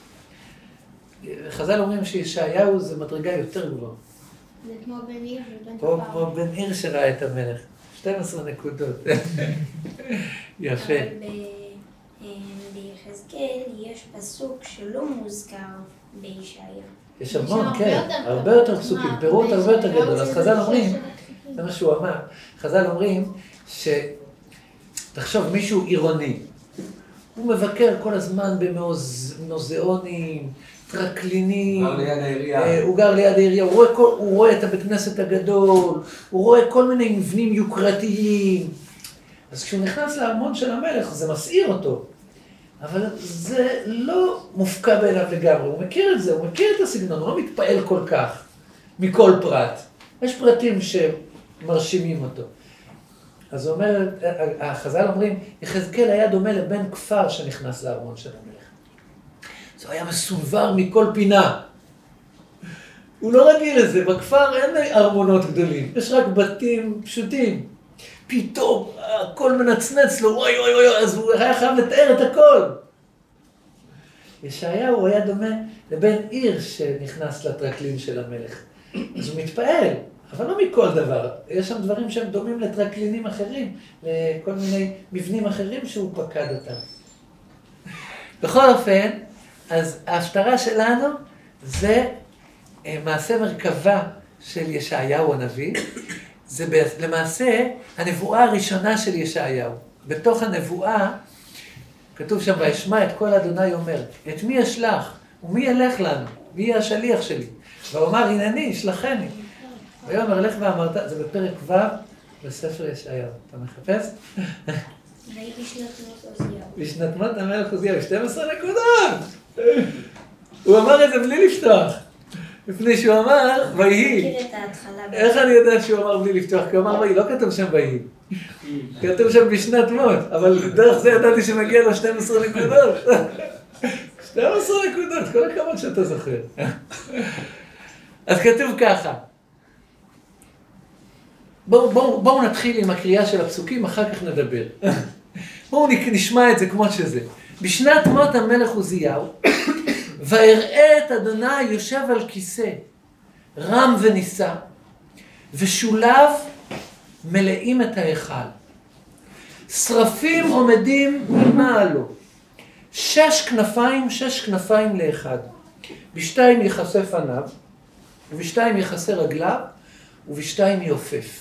Speaker 1: חז"ל אומרים שישעיהו זה מדרגה יותר גבוהה.
Speaker 4: זה כמו בן עיר ובן
Speaker 1: פה
Speaker 4: תופר.
Speaker 1: כמו בן עיר שראה את המלך. שתים עשרה נקודות. יפה.
Speaker 2: אבל ב- ביחזקאל יש פסוק שלא מוזכר בישעיה.
Speaker 1: יש המון,
Speaker 4: הרבה
Speaker 1: כן,
Speaker 4: יותר
Speaker 1: הרבה
Speaker 4: טוב.
Speaker 1: יותר פסוקים,
Speaker 4: מה,
Speaker 1: פירוט הרבה יותר
Speaker 4: בישעיהו
Speaker 1: גדול.
Speaker 4: זה
Speaker 1: אז חז"ל
Speaker 4: בשש
Speaker 1: אומרים,
Speaker 4: של
Speaker 1: זה מה שהוא אמר, חז"ל אומרים ש... תחשוב, מישהו עירוני, הוא מבקר כל הזמן במוזיאונים, טרקלינים,
Speaker 3: גר ליד העירייה.
Speaker 1: אה, הוא גר ליד העירייה, הוא רואה, כל, הוא רואה את הבית כנסת הגדול, הוא רואה כל מיני מבנים יוקרתיים. אז כשהוא נכנס לארמון של המלך, זה מסעיר אותו. אבל זה לא מופקע בעיניו לגמרי, הוא מכיר את זה, הוא מכיר את הסגנון, הוא לא מתפעל כל כך מכל פרט. יש פרטים שמרשימים אותו. אז הוא אומר, החז"ל אומרים, יחזקאל היה דומה לבן כפר שנכנס לארמון של המלך. זה היה מסונבר מכל פינה. הוא לא רגיל לזה, בכפר אין ארמונות גדולים, יש רק בתים פשוטים. פתאום הכל מנצנץ לו, וואי וואי וואי, אז הוא היה חייב לתאר את הכל. ישעיהו היה דומה לבן עיר שנכנס לטרקלין של המלך. אז הוא מתפעל, אבל לא מכל דבר. יש שם דברים שהם דומים לטרקלינים אחרים, לכל מיני מבנים אחרים שהוא פקד אותם. בכל אופן, אז ההפטרה שלנו זה מעשה מרכבה של ישעיהו הנביא. זה למעשה הנבואה הראשונה של ישעיהו. בתוך הנבואה כתוב שם, וישמע את כל אדוני אומר, את מי אשלח ומי ילך לנו? מי יהיה השליח שלי? ואומר, הנני, שלחני. ויאמר, לך ואמרת, זה בפרק ו' בספר ישעיהו. אתה מחפש?
Speaker 2: ויהי בשנת מות עוזיהו.
Speaker 1: בשנת מות המלך עוזיהו, שתים עשרה נקודות. הוא אמר את זה בלי לפתוח. לפני שהוא אמר, ויהי.
Speaker 2: מכיר את ההתחלה.
Speaker 1: איך אני יודע שהוא אמר בלי לפתוח? כי הוא אמר ויהי, לא כתוב שם ויהי. כתוב שם בשנת מות, אבל דרך זה ידעתי שמגיע לו שתים עשרה נקודות. שתים עשרה נקודות, כל הכבוד שאתה זוכר. אז כתוב ככה. בואו בוא, בוא נתחיל עם הקריאה של הפסוקים, אחר כך נדבר. בואו נשמע את זה כמו שזה. בשנת מות המלך עוזיהו, ואראה את אדוני יושב על כיסא, רם ונישא, ושוליו מלאים את ההיכל. שרפים עומדים ממעלו, שש כנפיים, שש כנפיים לאחד. בשתיים יכסה פניו, ובשתיים יכסה רגליו, ובשתיים יעופף.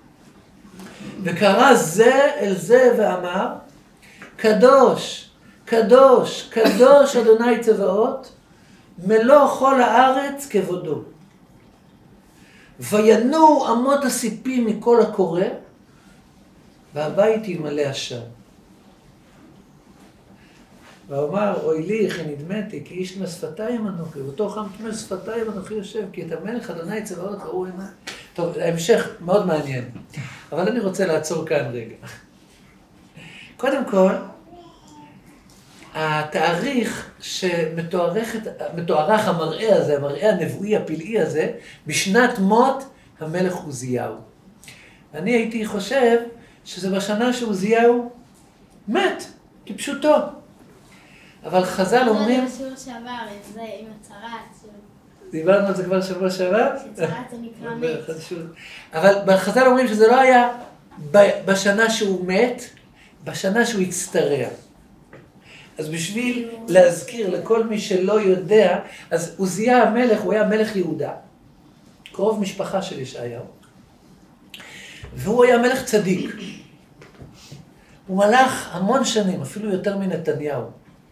Speaker 1: וקרא זה אל זה ואמר, קדוש, קדוש, קדוש אדוני צבאות, מלוא כל הארץ כבודו. וינועו אמות הסיפים מכל הקורא, והבית ימלא עשן. ואומר, אוי לי, איך נדמתי, כי איש טמא שפתיים אנוכי, ובתוך עם טמא שפתיים אנוכי יושב, כי את המלך אדוני צבאות ראו עיניי. טוב, ההמשך מאוד מעניין, אבל אני רוצה לעצור כאן רגע. קודם כל, התאריך שמתוארך המראה הזה, המראה הנבואי הפלאי הזה, בשנת מות המלך עוזיהו. אני הייתי חושב שזה בשנה שעוזיהו מת, כפשוטו. אבל חז"ל אומרים...
Speaker 4: זה בשיעור שעבר, זה עם הצהרת.
Speaker 1: דיברנו על זה כבר שבוע שעבר?
Speaker 4: שצהרת זה נקרא מת.
Speaker 1: אבל חז"ל אומרים שזה לא היה בשנה שהוא מת, בשנה שהוא הצטרע. אז בשביל להזכיר לכל מי שלא יודע, אז עוזיה המלך, הוא היה מלך יהודה, קרוב משפחה של ישעיהו, והוא היה מלך צדיק. הוא מלך המון שנים, אפילו יותר מנתניהו.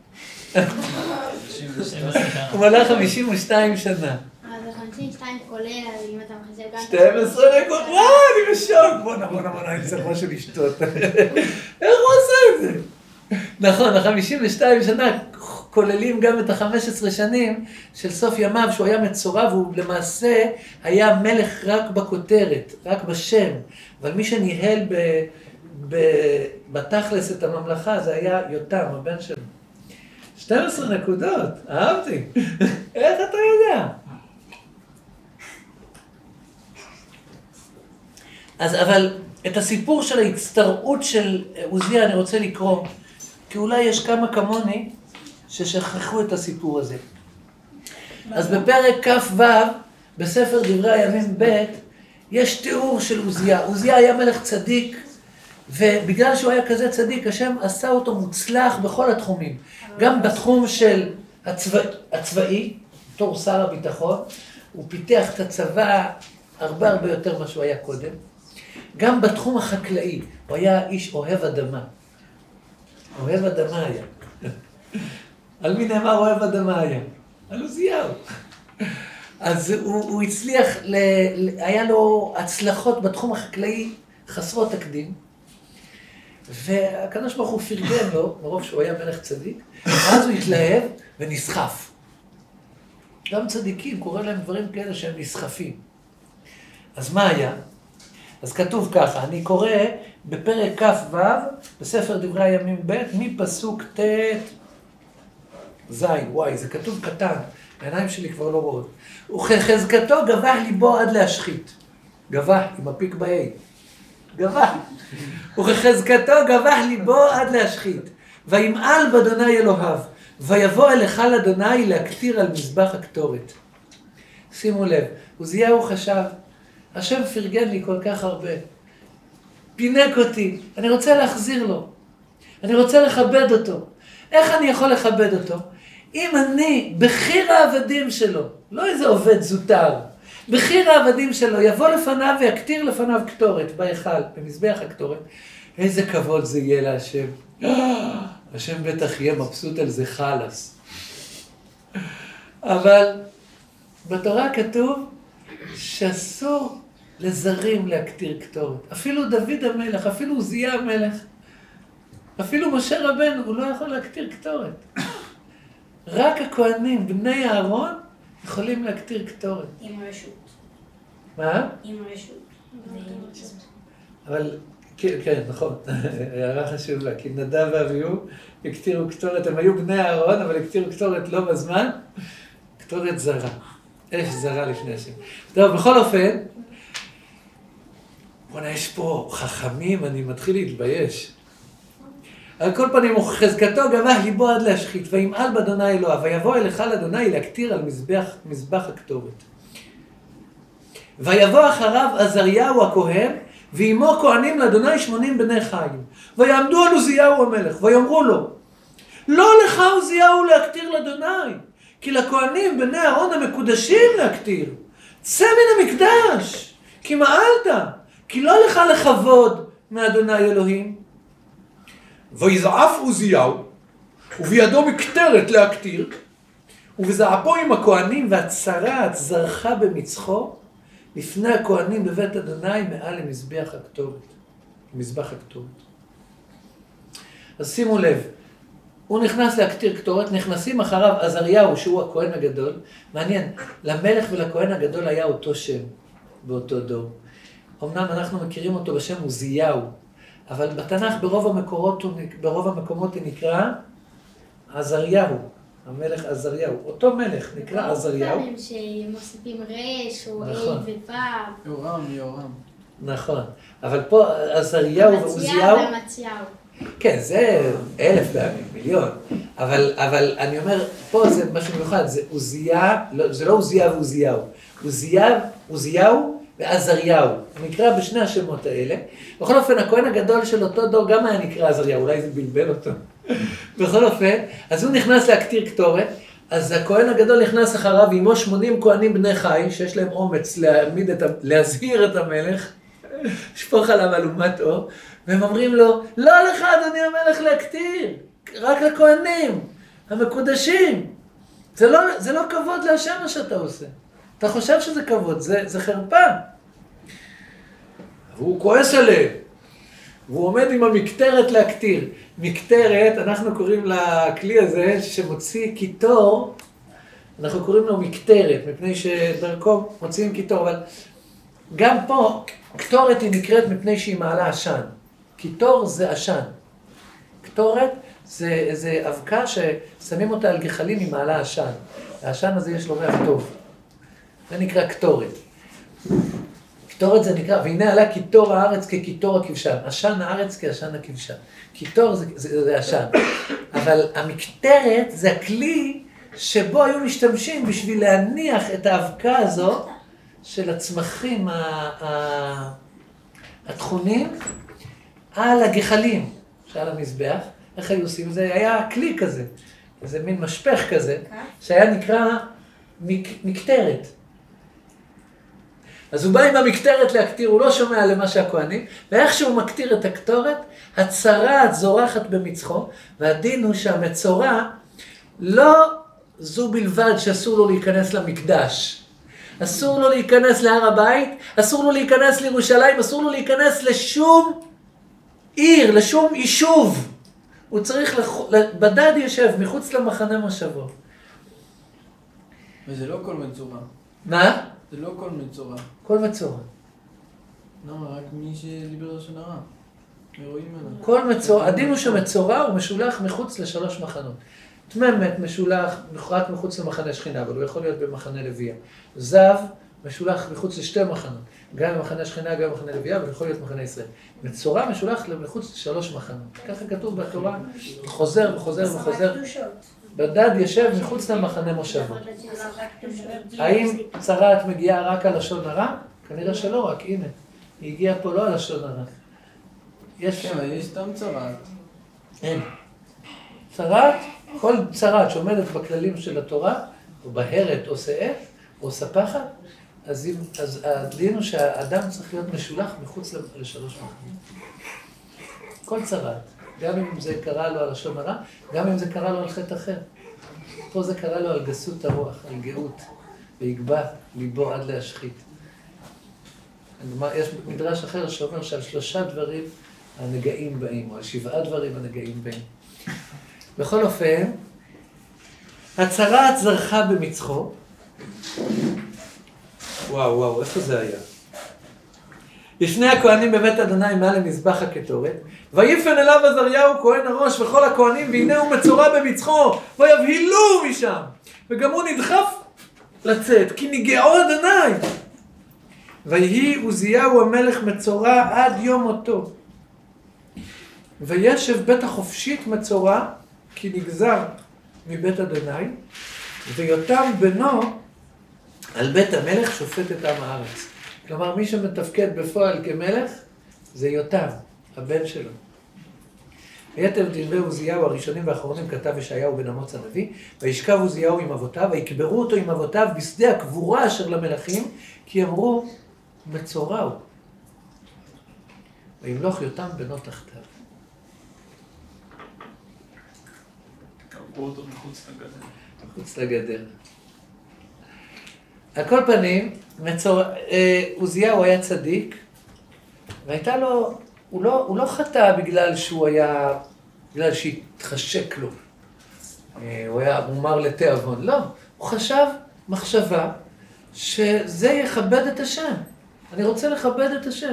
Speaker 1: הוא מלך חמישים ושתיים שנה.
Speaker 4: אז זה חמישים ושתיים כולל, אז אם אתה מחשב גם...
Speaker 1: שתים עשרה נקודות, וואו, אני בשוק. בוא'נה, בוא'נה, בוא'נה, אני צריך משהו לשתות. איך הוא עושה את זה? נכון, ה-חמישים ושתיים שנה כוללים גם את ה-חמש עשרה שנים של סוף ימיו, שהוא היה מצורע, והוא למעשה היה מלך רק בכותרת, רק בשם. אבל מי שניהל ב, ב, בתכלס את הממלכה, זה היה יותם, הבן שלו. שתים עשרה נקודות, אהבתי. איך אתה יודע? אז אבל את הסיפור של ההצטרעות של עוזיה אני רוצה לקרוא, כי אולי יש כמה כמוני ששכחו את הסיפור הזה. אז בפרק כ"ו, בספר דברי הימים ב', יש תיאור של עוזיה. עוזיה היה מלך צדיק, ובגלל שהוא היה כזה צדיק, השם עשה אותו מוצלח בכל התחומים. גם בתחום של הצבא, הצבאי, בתור שר הביטחון, הוא פיתח את הצבא הרבה הרבה יותר ממה שהוא היה קודם. גם בתחום החקלאי, הוא היה איש אוהב אדמה. אוהב אדמה היה. על מי נאמר אוהב אדמה היה? על עוזיהו. אז הוא, הוא הצליח, ל, היה לו הצלחות בתחום החקלאי חסרות תקדים, והקדוש ברוך הוא פרגן לו, מרוב שהוא היה מלך צדיק, ואז הוא התלהב ונסחף. גם צדיקים, קורא להם דברים כאלה שהם נסחפים. אז מה היה? אז כתוב ככה, אני קורא בפרק כ"ו, בספר דברי הימים ב', מפסוק ט' ז', וואי, זה כתוב קטן, העיניים שלי כבר לא רואות. וכחזקתו גבח ליבו עד להשחית. גבח, עם הפיק ב-A. גבח. וכחזקתו גבח ליבו עד להשחית. וימעל באדוני אלוהיו, ויבוא אל היכל אדוני להקטיר על מזבח הקטורת. שימו לב, עוזיהו חשב, השם פרגן לי כל כך הרבה. פינק אותי, אני רוצה להחזיר לו. אני רוצה לכבד אותו. איך אני יכול לכבד אותו? אם אני, בחיר העבדים שלו, לא איזה עובד זוטר, בחיר העבדים שלו, יבוא לפניו ויקטיר לפניו קטורת בהיכל, במזבח הקטורת, איזה כבוד זה יהיה להשם. השם בטח יהיה מבסוט על זה חלס. אבל בתורה כתוב שאסור לזרים להקטיר קטורת. אפילו דוד המלך, אפילו עוזיה המלך, אפילו משה רבנו, הוא לא יכול להקטיר קטורת. רק הכהנים, בני אהרון, יכולים להקטיר קטורת.
Speaker 2: עם רשות.
Speaker 1: מה?
Speaker 2: עם רשות.
Speaker 1: אבל, כן, כן, נכון, הערה חשובה, כי נדב ואביהו הקטירו קטורת, הם היו בני אהרון, אבל הקטירו קטורת לא בזמן, קטורת זרה, אש זרה לפני השם. טוב, בכל אופן, בוא'נה, יש פה חכמים, אני מתחיל להתבייש. על כל פנים, חזקתו גבה ליבו עד להשחית, וימעל באדוני אלוהיו, ויבוא אל היכל אדוני להקטיר על מזבח, מזבח הקטורת. ויבוא אחריו עזריהו הכהן, ועמו כהנים לאדוני שמונים בני חיים. ויעמדו על עוזיהו המלך, ויאמרו לו, לא לך עוזיהו להקטיר לאדוני, כי לכהנים בני אהרון המקודשים להקטיר. צא מן המקדש, כי מעלת, כי לא לך לכבוד מאדוני אלוהים. ויזעף עוזיהו, ובידו מקטרת להקטיר, ובזעפו עם הכהנים והצרעת זרחה במצחו, לפני הכהנים בבית אדוני מעל למזבח הקטורת, מזבח הקטורת. אז שימו לב, הוא נכנס להקטיר קטורת, נכנסים אחריו עזריהו שהוא הכהן הגדול. מעניין, למלך ולכהן הגדול היה אותו שם באותו דור. אמנם אנחנו מכירים אותו בשם עוזיהו, אבל בתנ"ך ברוב המקורות, ברוב המקומות הוא נקרא עזריהו. המלך עזריהו, אותו מלך נקרא עזריהו.
Speaker 4: פעמים שמוסיפים רש או
Speaker 1: נכון.
Speaker 4: אל ופו.
Speaker 3: יורם, יורם.
Speaker 1: נכון, אבל פה עזריהו ועוזיהו,
Speaker 4: ומציהו.
Speaker 1: כן, זה אלף פעמים, מיליון, אבל, אבל אני אומר, פה זה משהו מיוחד, זה עוזיה, לא, זה לא עוזיה ועוזיהו, עוזיה, עוזיהו ועזריהו, הוא נקרא בשני השמות האלה. בכל אופן, הכהן הגדול של אותו דור גם היה נקרא עזריהו, אולי זה בלבל אותו. בכל אופן, אז הוא נכנס להקטיר קטורת, אז הכהן הגדול נכנס אחריו, ועמו שמונים כהנים בני חי, שיש להם אומץ להעמיד את, להזהיר את המלך, לשפוך עליו אלומת אור, והם אומרים לו, לא לך אדוני המלך להקטיר, רק לכהנים, המקודשים. זה לא, זה לא כבוד להשם מה שאתה עושה. אתה חושב שזה כבוד, זה, זה חרפה. והוא כועס עליהם. והוא עומד עם המקטרת להקטיר. מקטרת, אנחנו קוראים לכלי הזה שמוציא קיטור, אנחנו קוראים לו מקטרת, מפני שדרכו מוציאים קיטור, אבל גם פה קטורת היא נקראת מפני שהיא מעלה עשן. קיטור זה עשן. קטורת זה, זה אבקה ששמים אותה על גחלים עם מעלה עשן. העשן הזה יש לו ריח טוב. זה נקרא קטורת. קטורת זה נקרא, והנה עלה קיטור הארץ כקיטור הכבשן. עשן הארץ כעשן הכבשן. קיטור זה, זה, זה עשן. אבל המקטרת זה הכלי שבו היו משתמשים בשביל להניח את האבקה הזו של הצמחים התכונים על הגחלים שעל המזבח. איך היו עושים? זה היה כלי כזה, איזה מין משפך כזה, שהיה נקרא מק, מקטרת. אז הוא בא עם המקטרת להקטיר, הוא לא שומע למה שהכהנים, ואיך שהוא מקטיר את הקטורת, הצרעת זורחת במצחו, והדין הוא שהמצורע לא זו בלבד שאסור לו להיכנס למקדש. אסור לו להיכנס להר הבית, אסור לו להיכנס לירושלים, אסור לו להיכנס לשום עיר, לשום יישוב. הוא צריך, לח... בדד ישב מחוץ למחנה מושבו.
Speaker 3: וזה לא כל מצורע.
Speaker 1: מה?
Speaker 3: זה לא כל מצורע.
Speaker 1: כל מצורע.
Speaker 3: למה? רק מי שדיבר לשון הרע. ורואים ממנו.
Speaker 1: כל מצורע, הדין הוא שמצורע הוא משולח מחוץ לשלוש מחנות. תממת משולח רק מחוץ למחנה שכינה, אבל הוא יכול להיות במחנה לוויה. זב משולח מחוץ לשתי מחנות, גם במחנה שכינה, גם במחנה לוויה, אבל יכול להיות מחנה ישראל. מצורע משולח מחוץ לשלוש מחנות. ככה כתוב בתורה, חוזר וחוזר וחוזר. בדד ישב מחוץ למחנה מושבו. האם צרעת מגיעה רק על לשון הרע? כנראה שלא רק, הנה. היא הגיעה פה לא על לשון הרע. יש...
Speaker 3: כן, אבל יש סתם צרעת.
Speaker 1: אין. צרעת, כל צרעת שעומדת בכללים של התורה, או בהרת או שאת, או ספחת, אז, אם, אז הדין הוא שהאדם צריך להיות משולח מחוץ לשלוש מחנות. כל צרעת, גם אם זה קרה לו על לשון הרע, גם אם זה קרה לו על חטא אחר. פה זה קרה לו על גסות הרוח, על גאות, ויגבה ליבו עד להשחית. יש מדרש אחר שאומר שעל שלושה דברים הנגעים באים, או על שבעה דברים הנגעים באים. בכל אופן, הצרעת זרחה במצחו. וואו, וואו, איפה זה היה? לפני הכהנים בבית אדוני מעל למזבח הקטורת, ויפן אליו עזריהו כהן הראש וכל הכהנים, והנה הוא מצורע במצחו, ויבהילו משם, וגם הוא נדחף לצאת, כי נגעו אדוני. ויהי עוזיהו המלך מצורע עד יום מותו. וישב בית החופשית מצורע, כי נגזר מבית אדוני, ויותם בנו על בית המלך שופט את עם הארץ. כלומר, מי שמתפקד בפועל כמלך, זה יותם, הבן שלו. ויתר דברי עוזיהו הראשונים והאחרונים כתב ישעיהו בן אמוץ הנביא, וישכב עוזיהו עם אבותיו, ויקברו אותו עם אבותיו בשדה הקבורה אשר למלכים, כי אמרו, מצורע הוא. וימלוך יותם בנו תחתיו.
Speaker 3: קברו אותו מחוץ לגדר.
Speaker 1: מחוץ לגדר. על כל פנים, מצור... עוזיהו היה צדיק, והייתה לו, הוא לא, הוא לא חטא בגלל שהוא היה, בגלל שהתחשק לו. הוא היה מומר לתיאבון. לא, הוא חשב מחשבה שזה יכבד את השם. אני רוצה לכבד את השם.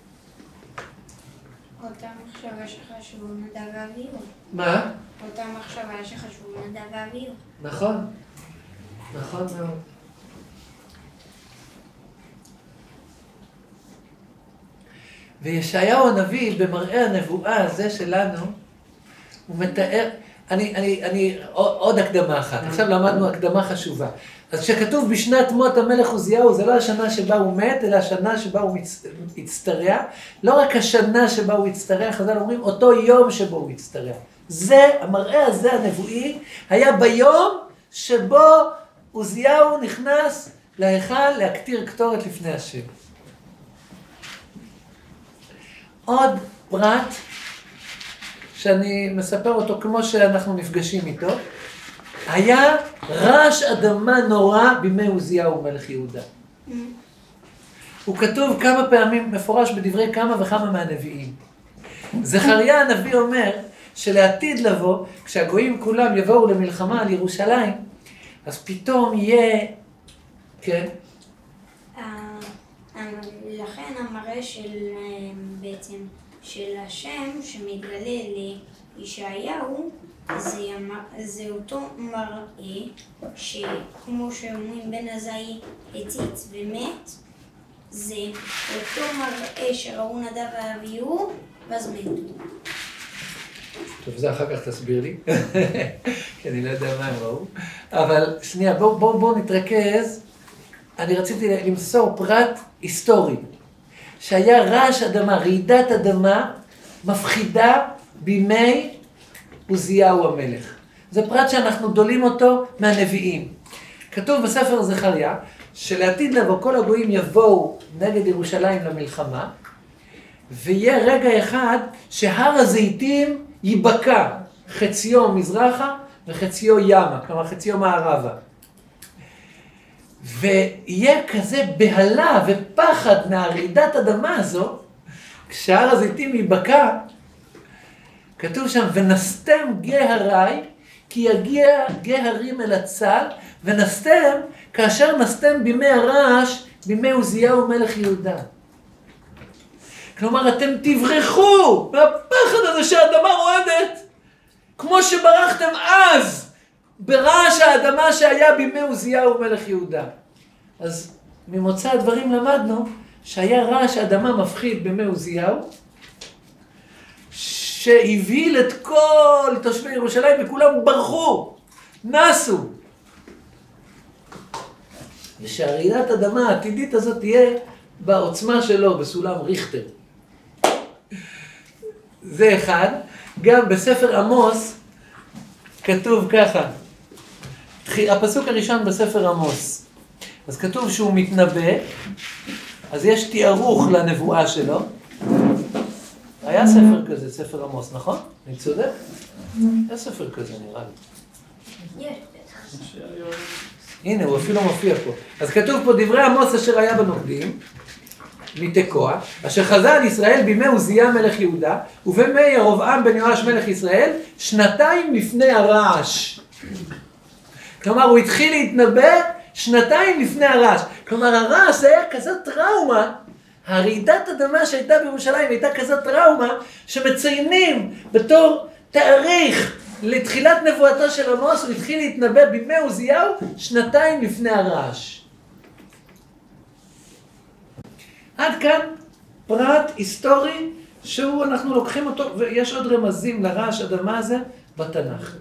Speaker 2: אותה מחשבה שחשבו נדב ואביהו.
Speaker 1: מה?
Speaker 2: אותה מחשבה שחשבו נדב ואביהו.
Speaker 1: נכון. נכון מאוד. וישעיהו הנביא, במראה הנבואה הזה שלנו, הוא מתאר, אני, אני, אני, עוד הקדמה אחת, עכשיו למדנו הקדמה חשובה. אז כשכתוב בשנת מות המלך עוזיהו, זה לא השנה שבה הוא מת, אלא השנה שבה הוא הצטרע. לא רק השנה שבה הוא הצטרע, חז"ל אומרים, אותו יום שבו הוא הצטרע. זה, המראה הזה הנבואי, היה ביום שבו עוזיהו נכנס להיכל להקטיר קטורת לפני השם. עוד פרט שאני מספר אותו כמו שאנחנו נפגשים איתו, היה רעש אדמה נורא בימי עוזיהו מלך יהודה. הוא כתוב כמה פעמים, מפורש בדברי כמה וכמה מהנביאים. זכריה הנביא אומר שלעתיד לבוא, כשהגויים כולם יבואו למלחמה על ירושלים, אז פתאום יהיה, כן?
Speaker 2: לכן המראה של בעצם של השם שמתגלה לישעיהו זה, זה אותו מראה שכמו שאומרים בן עזאי הציץ ומת, זה אותו מראה שראו נדב ואביהו ואז מתו.
Speaker 1: טוב, זה אחר כך תסביר לי, כי אני לא יודע מה הם ראו. אבל שנייה, בואו בוא, בוא נתרכז. אני רציתי למסור פרט היסטורי, שהיה רעש אדמה, רעידת אדמה מפחידה בימי עוזיהו המלך. זה פרט שאנחנו דולים אותו מהנביאים. כתוב בספר זכריה, שלעתיד לבוא כל הגויים יבואו נגד ירושלים למלחמה, ויהיה רגע אחד שהר הזיתים ייבקע, חציו מזרחה וחציו ימה, כלומר חציו מערבה. ויהיה כזה בהלה ופחד מהרעידת אדמה הזו, כשהר הזיתים ייבקע, כתוב שם, ונסתם גה הרי, כי יגיע גה הרים אל הצל, ונסתם כאשר נסתם בימי הרעש, בימי עוזיהו מלך יהודה. כלומר, אתם תברחו מהפחד הזה שהאדמה רועדת, כמו שברחתם אז, ברעש האדמה שהיה בימי עוזיהו מלך יהודה. אז ממוצא הדברים למדנו שהיה רעש אדמה מפחיד בימי עוזיהו, שהבהיל את כל תושבי ירושלים וכולם ברחו, נסו. ושהרעידת אדמה העתידית הזאת תהיה בעוצמה שלו, בסולם ריכטר. זה אחד. גם בספר עמוס כתוב ככה, הפסוק הראשון בספר עמוס, אז כתוב שהוא מתנבא, אז יש תיארוך לנבואה שלו. היה ספר כזה, ספר עמוס, נכון? אני צודק? היה ספר כזה נראה לי.
Speaker 2: יש בטח.
Speaker 1: הנה, הוא אפילו מופיע פה. אז כתוב פה דברי עמוס אשר היה בנוקדים, מתקוע, אשר חזה על ישראל בימי עוזיה מלך יהודה, ובימי ירבעם בן יואש מלך ישראל, שנתיים לפני הרעש. כלומר, הוא התחיל להתנבא שנתיים לפני הרעש. כלומר, הרעש זה היה כזאת טראומה, הרעידת אדמה שהייתה בירושלים הייתה כזאת טראומה, שמציינים בתור תאריך לתחילת נבואתו של עמוס, הוא התחיל להתנבא בימי עוזיהו שנתיים לפני הרעש. עד כאן פרט היסטורי שהוא, אנחנו לוקחים אותו, ויש עוד רמזים לרעש אדמה הזה בתנ"ך.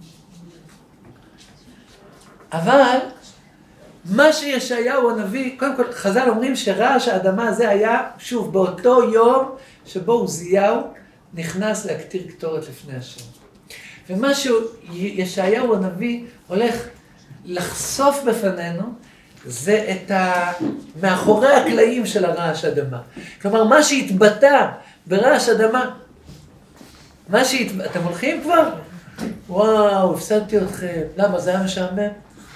Speaker 1: אבל מה שישעיהו הנביא, קודם כל חז"ל אומרים שרעש האדמה הזה היה, שוב, באותו יום שבו עוזיהו נכנס להקטיר קטורת לפני השם. ומה שישעיהו הנביא הולך לחשוף בפנינו, זה את ה... מאחורי הקלעים של הרעש אדמה. כלומר, מה שהתבטא ברעש אדמה, מה שהתבטא... אתם הולכים כבר? וואו, הפסדתי אתכם. למה? זה היה משעמם?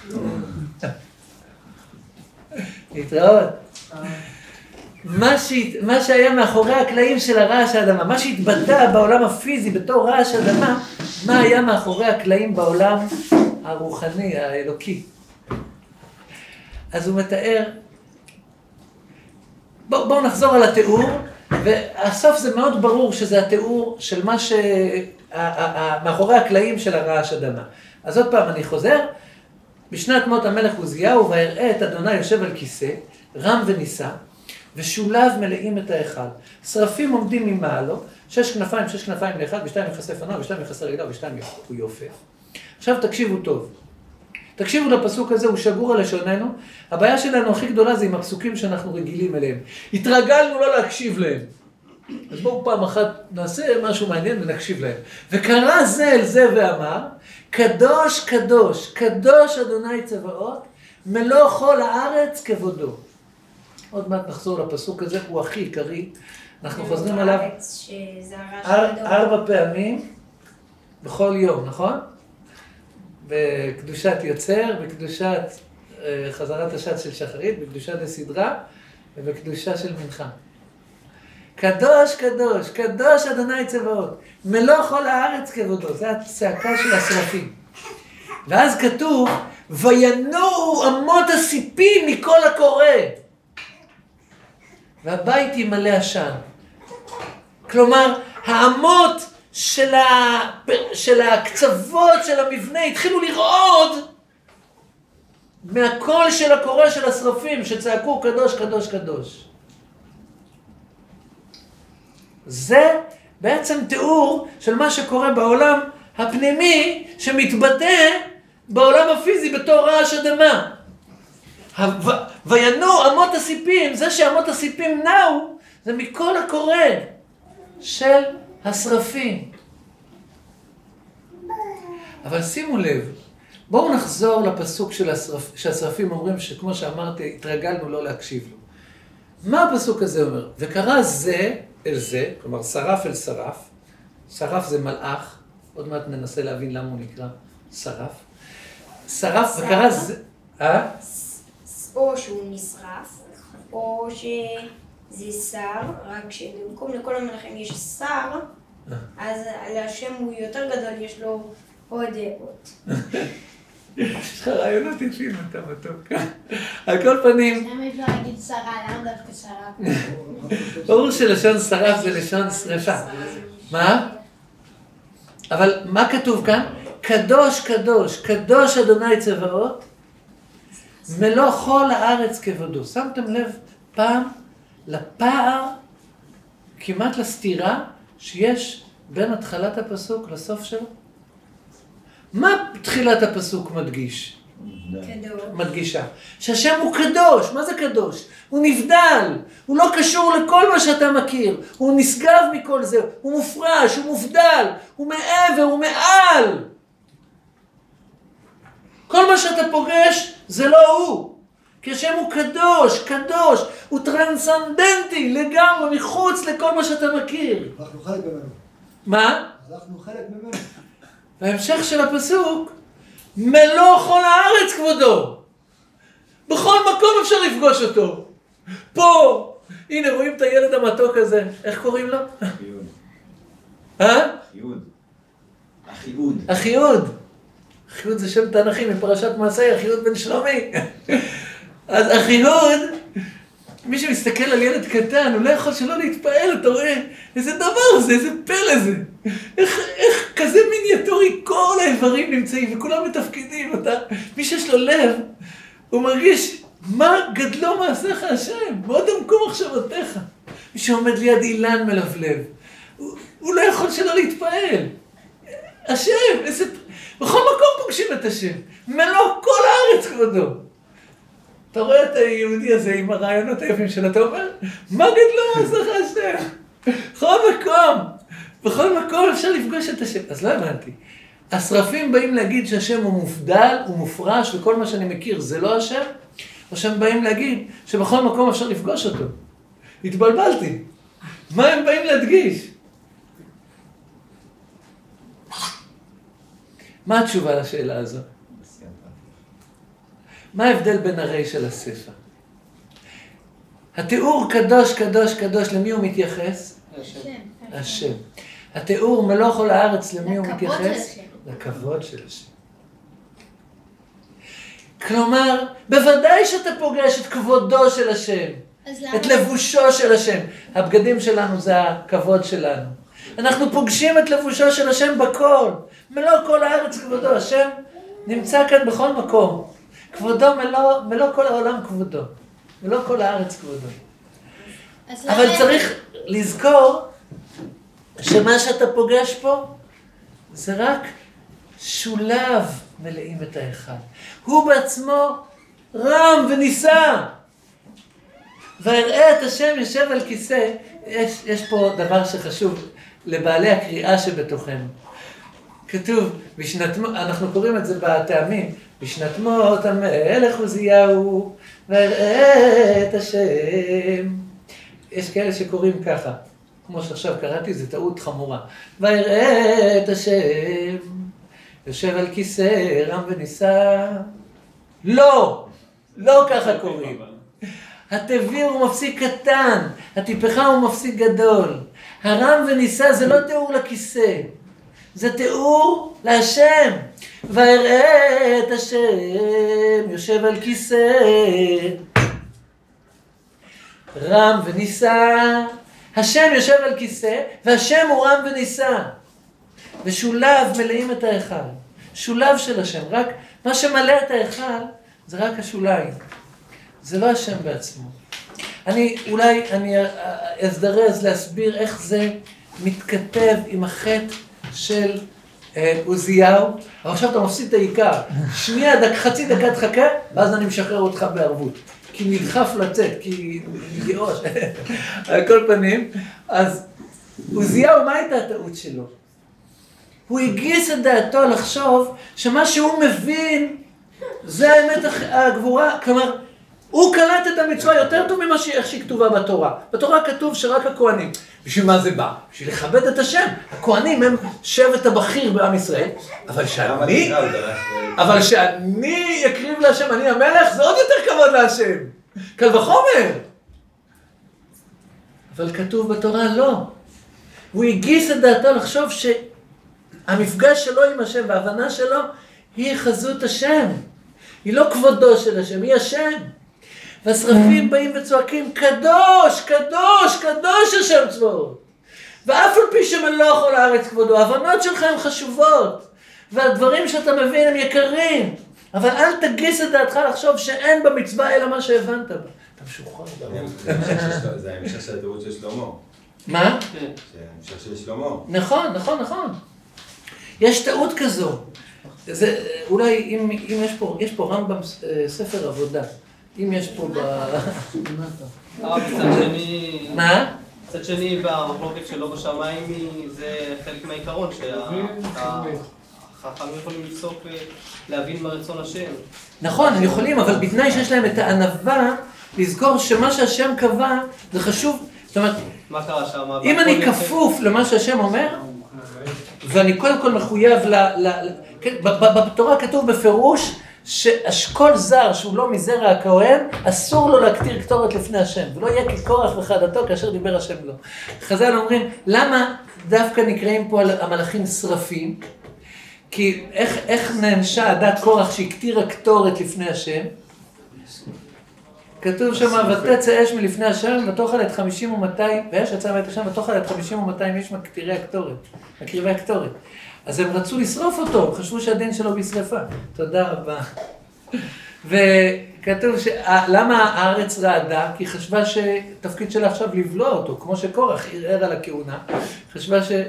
Speaker 1: להתראות. מה, שהת... מה שהיה מאחורי הקלעים של הרעש האדמה, מה שהתבטא בעולם הפיזי בתור רעש אדמה, מה היה מאחורי הקלעים בעולם הרוחני, האלוקי. אז הוא מתאר, בואו בוא נחזור על התיאור, והסוף זה מאוד ברור שזה התיאור של מה ש... מאחורי הקלעים של הרעש אדמה. אז עוד פעם אני חוזר, בשנת מות המלך עוזיהו, ויראה את אדוני יושב על כיסא, רם ונישא, ושוליו מלאים את ההיכל. שרפים עומדים ממעלו, שש כנפיים, שש כנפיים לאחד, ושתיים יחסי פניו, ושתיים יחסי רגליו, ושתיים הוא יופף. עכשיו תקשיבו טוב. תקשיבו לפסוק הזה, הוא שגור על לשוננו. הבעיה שלנו הכי גדולה זה עם הפסוקים שאנחנו רגילים אליהם. התרגלנו לא להקשיב להם. אז בואו פעם אחת נעשה משהו מעניין ונקשיב להם. וקרא זה אל זה ואמר, קדוש קדוש, קדוש אדוני צבאות, מלוא כל הארץ כבודו. עוד מעט נחזור לפסוק הזה, הוא הכי עיקרי. אנחנו חוזרים עליו ארבע פעמים בכל יום, נכון? בקדושת יוצר, בקדושת חזרת השעת של שחרית, בקדושת הסדרה ובקדושה של מנחה. קדוש קדוש, קדוש אדוני צבאות, מלוא כל הארץ כבודו, זה הצעקה של השרפים. ואז כתוב, וינועו אמות הסיפים מכל הקורא, והבית ימלא עשן. כלומר, האמות של, ה... של הקצוות של המבנה התחילו לרעוד מהקול של הקורא של השרפים שצעקו קדוש קדוש קדוש. זה בעצם תיאור של מה שקורה בעולם הפנימי שמתבטא בעולם הפיזי בתור רעש אדמה. וינועו אמות הסיפים, זה שאמות הסיפים נעו, זה מכל הקורא של השרפים. אבל שימו לב, בואו נחזור לפסוק של השרפ... שהשרפים אומרים שכמו שאמרתי, התרגלנו לא להקשיב לו. מה הפסוק הזה אומר? וקרא זה אל זה, כלומר שרף אל שרף, שרף זה מלאך, עוד מעט ננסה להבין למה הוא נקרא שרף. שרף וקרא זה... אה?
Speaker 2: או שהוא נשרף, או שזה שר, רק שבמקום לכל המלכים יש שר, אז להשם הוא יותר גדול, יש לו עוד אות.
Speaker 1: יש לך רעיונות יפים, אתה מתוק. על כל פנים...
Speaker 4: למה אפשר להגיד שרה? למה דווקא שרה?
Speaker 1: ברור שלשון שרף זה לשון שרפה. מה? אבל מה כתוב כאן? קדוש קדוש, קדוש אדוני צבאות, מלוא כל הארץ כבודו. שמתם לב פעם לפער, כמעט לסתירה, שיש בין התחלת הפסוק לסוף שלו? מה תחילת הפסוק מדגיש?
Speaker 2: קדוש.
Speaker 1: מדגישה. שהשם הוא קדוש. מה זה קדוש? הוא נבדל. הוא לא קשור לכל מה שאתה מכיר. הוא נשגב מכל זה. הוא מופרש, הוא מובדל. הוא מעבר, הוא מעל. כל מה שאתה פוגש זה לא הוא. כי השם הוא קדוש, קדוש. הוא טרנסנדנטי לגמרי מחוץ לכל מה שאתה מכיר.
Speaker 6: אנחנו חלק ממנו.
Speaker 1: מה?
Speaker 6: אנחנו חלק ממנו.
Speaker 1: בהמשך של הפסוק, מלוא כל הארץ כבודו. בכל מקום אפשר לפגוש אותו. פה, הנה, רואים את הילד המתוק הזה. איך קוראים לו?
Speaker 5: אחיוד.
Speaker 1: אה?
Speaker 5: אחיוד. אחיוד.
Speaker 1: אחיוד. אחיוד זה שם תנכי מפרשת מעשי, אחיוד בן שלומי. אז אחיוד, מי שמסתכל על ילד קטן, הוא לא יכול שלא להתפעל, אתה רואה, איזה דבר זה, איזה פלא זה. איך, איך כזה מיניאטורי, כל האיברים נמצאים וכולם מתפקידים. אתה, מי שיש לו לב, הוא מרגיש, מה גדלו מעשיך השם? מאוד עמקו מחשבותיך. מי שעומד ליד אילן מלבלב, הוא, הוא לא יכול שלא להתפעל. השם, איזה... בכל מקום פוגשים את השם. מלוא כל הארץ כבודו. אתה רואה את היהודי הזה עם הרעיונות היפים שלו, אתה אומר, מה גדלו מעשיך השם? בכל מקום. בכל מקום אפשר לפגוש את השם. אז לא הבנתי. השרפים באים להגיד שהשם הוא מופדל, הוא מופרש, וכל מה שאני מכיר זה לא השם, או שהם באים להגיד שבכל מקום אפשר לפגוש אותו. התבלבלתי. מה הם באים להדגיש? מה התשובה לשאלה הזו? מה ההבדל בין הרי של הספר? התיאור קדוש, קדוש, קדוש, למי הוא מתייחס?
Speaker 4: השם.
Speaker 1: השם. התיאור מלוא כל הארץ, למי הוא
Speaker 4: לכבוד
Speaker 1: מתייחס?
Speaker 4: של השם.
Speaker 1: לכבוד של השם. כלומר, בוודאי שאתה פוגש את כבודו של השם,
Speaker 4: אז למה?
Speaker 1: את לבושו של השם. הבגדים שלנו זה הכבוד שלנו. אנחנו פוגשים את לבושו של השם בכל. מלוא כל הארץ כבודו. השם נמצא כאן בכל מקום. כבודו מלוא, מלוא כל העולם כבודו. מלוא כל הארץ כבודו.
Speaker 4: אז
Speaker 1: אבל
Speaker 4: למה-
Speaker 1: צריך לזכור שמה שאתה פוגש פה זה רק שולב מלאים את האחד. הוא בעצמו רם וניסה. ויראה את השם יושב על כיסא. יש, יש פה דבר שחשוב לבעלי הקריאה שבתוכנו. כתוב, בשנת, אנחנו קוראים את זה בטעמים, בשנת מות המלך עוזיהו, ויראה את השם. יש כאלה שקוראים ככה, כמו שעכשיו קראתי, זה טעות חמורה. ויראה את השם, יושב על כיסא, רם וניסה. לא, לא ככה קוראים. הטבעי הוא מפסיק קטן, הטיפחה הוא מפסיק גדול. הרם וניסה זה לא תיאור לכיסא, זה תיאור להשם. ויראה את השם, יושב על כיסא, רם וניסה. השם יושב על כיסא, והשם הוא רם וניסה. ושולב מלאים את ההיכל. שולב של השם, רק מה שמלא את ההיכל זה רק השוליים. זה לא השם בעצמו. אני, אולי אני אזדרז להסביר איך זה מתכתב עם החטא של אה, עוזיהו. אבל עכשיו אתה מפסיד את העיקר. שנייה, דק, חצי דקה תחכה, ואז אני משחרר אותך בערבות. כי נדחף לצאת, כי נגיעוש. על כל פנים, אז עוזיהו, מה הייתה הטעות שלו? הוא הגיס את דעתו לחשוב שמה שהוא מבין זה האמת הגבורה. כלומר, הוא קלט את המצווה יותר טוב ממה שאיך שהיא כתובה בתורה. בתורה כתוב שרק הכהנים. בשביל מה זה בא? בשביל לכבד את השם. הכהנים הם שבט הבכיר בעם ישראל, אבל שאני, אבל שאני יקריב להשם, אני המלך, זה עוד יותר כבוד להשם. קל וחומר. אבל כתוב בתורה לא. הוא הגיס את דעתו לחשוב שהמפגש שלו עם השם וההבנה שלו היא חזות השם. היא לא כבודו של השם, היא השם. והשרפים באים וצועקים, קדוש, קדוש, קדוש השם צבאות. ואף על פי שמלוא כל הארץ כבודו, ההבנות שלך הן חשובות, והדברים שאתה מבין הם יקרים, אבל אל תגיס את דעתך לחשוב שאין במצווה אלא מה שהבנת בה. אתה משוחרר.
Speaker 5: זה ההמשך של התירוץ של שלמה.
Speaker 1: מה?
Speaker 5: זה ההמשך של שלמה.
Speaker 1: נכון, נכון, נכון. יש טעות כזו. זה, אולי אם, אם יש פה, יש פה רמב"ם ספר עבודה. אם יש פה ב...
Speaker 3: הרב, מצד שני...
Speaker 1: מה?
Speaker 3: מצד שני, במחלוקת שלו בשמיים, זה חלק מהעיקרון, שהחכמים יכולים לפסוק להבין מה רצון השם.
Speaker 1: נכון, הם יכולים, אבל בתנאי שיש להם את הענווה, לזכור שמה שהשם קבע, זה חשוב. זאת אומרת,
Speaker 3: מה קרה שם?
Speaker 1: אם אני כפוף למה שהשם אומר, ואני קודם כל מחויב ל... ל... כן, בתורה כתוב בפירוש, שאשכול זר שהוא לא מזרע הכהן, אסור לו להקטיר קטורת לפני השם, ולא יהיה כקורח וחדתו כאשר דיבר השם לו. חז"ל אומרים, למה דווקא נקראים פה המלאכים שרפים? כי איך, איך נענשה עדת קורח שהקטירה קטורת לפני השם? כתוב שם, ותצא אש מלפני השם, ותאכל את חמישים ומאתיים, ואש יצא מבית השם, ותאכל את חמישים ומאתיים איש מקטירי הקטורת, מקריבי הקטורת. אז הם רצו לשרוף אותו, חשבו שהדין שלו בשרפה. תודה רבה. וכתוב ש... למה הארץ רעדה? כי חשבה שתפקיד שלה עכשיו לבלוע אותו, כמו שקורח ערער על הכהונה. חשבה ש...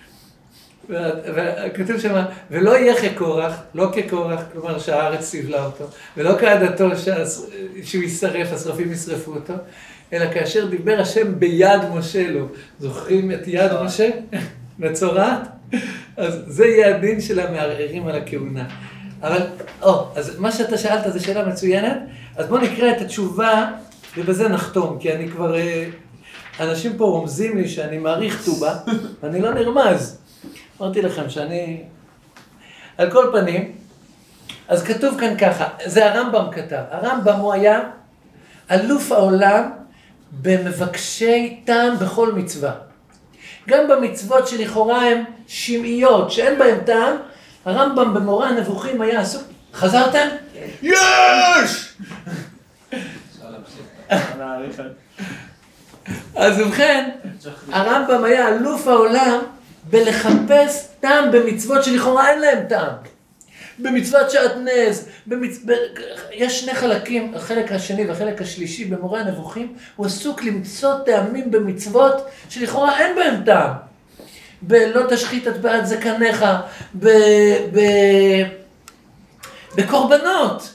Speaker 1: וכתוב שם, ולא יהיה כקורח, לא כקורח, כלומר שהארץ סבלה אותו, ולא כעדתו שהוא יישרף, השרפים ישרפו אותו, אלא כאשר דיבר השם ביד משה לו. זוכרים את יד משה? מצורעת? אז זה יהיה הדין של המערערים על הכהונה. אבל, או, אז מה שאתה שאלת זו שאלה מצוינת, אז בוא נקרא את התשובה ובזה נחתום, כי אני כבר, אנשים פה רומזים לי שאני מעריך טובה, ואני לא נרמז. אמרתי לכם שאני, על כל פנים, אז כתוב כאן ככה, זה הרמב"ם כתב, הרמב"ם הוא היה אלוף העולם במבקשי טעם בכל מצווה. גם במצוות שלכאורה הן שמעיות, שאין בהן טעם, הרמב"ם במורה הנבוכים היה עסוק, חזרתם? יש! אז ובכן, הרמב"ם היה אלוף העולם בלחפש טעם במצוות שלכאורה אין להם טעם. במצוות שעטנז, במצ... ב... יש שני חלקים, החלק השני והחלק השלישי במורה הנבוכים, הוא עסוק למצוא טעמים במצוות שלכאורה אין בהם טעם. בלא תשחית את בעד זקניך, ב... ב... בקורבנות.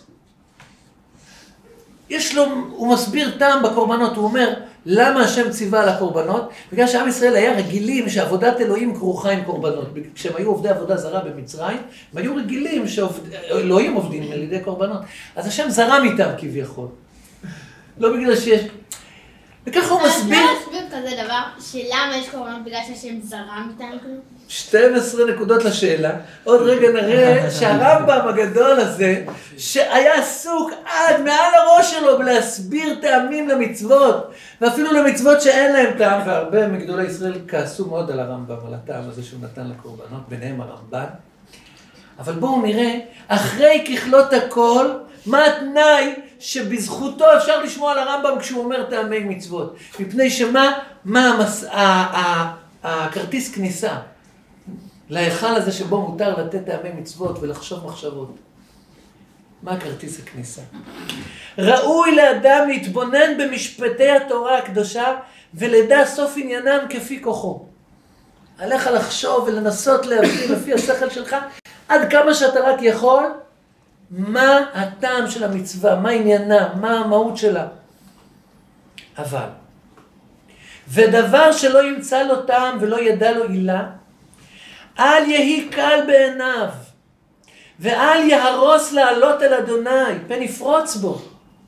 Speaker 1: יש לו, הוא מסביר טעם בקורבנות, הוא אומר, למה השם ציווה על הקורבנות? בגלל שעם ישראל היה רגילים שעבודת אלוהים כרוכה עם קורבנות. כשהם היו עובדי עבודה זרה במצרים, הם היו רגילים שאלוהים עובדים על ידי קורבנות. אז השם זרם איתם כביכול. לא בגלל שיש... וככה הוא מסביר...
Speaker 4: אז לא מסביר כזה דבר, שלמה יש קורבנות בגלל שהשם זרם איתם?
Speaker 1: שתים עשרה נקודות לשאלה. עוד רגע נראה שהרמב"ם הגדול הזה, שהיה עסוק עד מעל הראש שלו בלהסביר טעמים למצוות, ואפילו למצוות שאין להם טעם, והרבה מגדולי ישראל כעסו מאוד על הרמב"ם, על הטעם הזה שהוא נתן לקורבנות, ביניהם הרמב"ן. אבל בואו נראה, אחרי ככלות הכל, מה התנאי שבזכותו אפשר לשמוע על הרמב"ם כשהוא אומר טעמי מצוות? מפני שמה, מה המס... הכרטיס כניסה להיכל הזה שבו מותר לתת טעמי מצוות ולחשוב מחשבות. מה כרטיס הכניסה? ראוי לאדם להתבונן במשפטי התורה הקדושה ולדע סוף עניינם כפי כוחו. עליך לחשוב ולנסות להבין לפי השכל שלך עד כמה שאתה רק יכול מה הטעם של המצווה, מה עניינה, מה המהות שלה. אבל ודבר שלא ימצא לו טעם ולא ידע לו עילה, אל יהי קל בעיניו, ואל יהרוס לעלות אל אדוני, פן יפרוץ בו.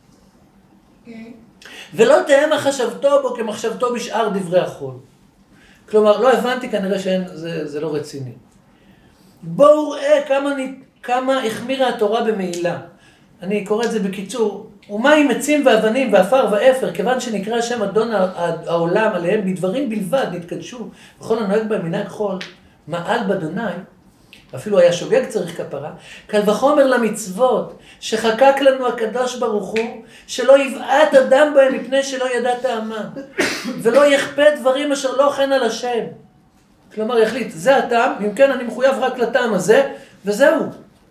Speaker 1: ולא תהיה מחשבתו בו כמחשבתו בשאר דברי החול. כלומר, לא הבנתי כנראה שזה לא רציני. בואו ראה כמה, כמה החמירה התורה במעילה. אני קורא את זה בקיצור. ומים עצים ואבנים ואפר ואפר, כיוון שנקרא השם אדון העולם עליהם, בדברים בלבד נתקדשו, וכל הנוהג בהם מנהג חול, מעל באדוני, אפילו היה שוגג צריך כפרה, קל וחומר למצוות, שחקק לנו הקדוש ברוך הוא, שלא יבעט אדם בהם מפני שלא ידע טעמה, ולא יכפה דברים אשר לא חן על השם. כלומר יחליט, זה הטעם, אם כן אני מחויב רק לטעם הזה, וזהו.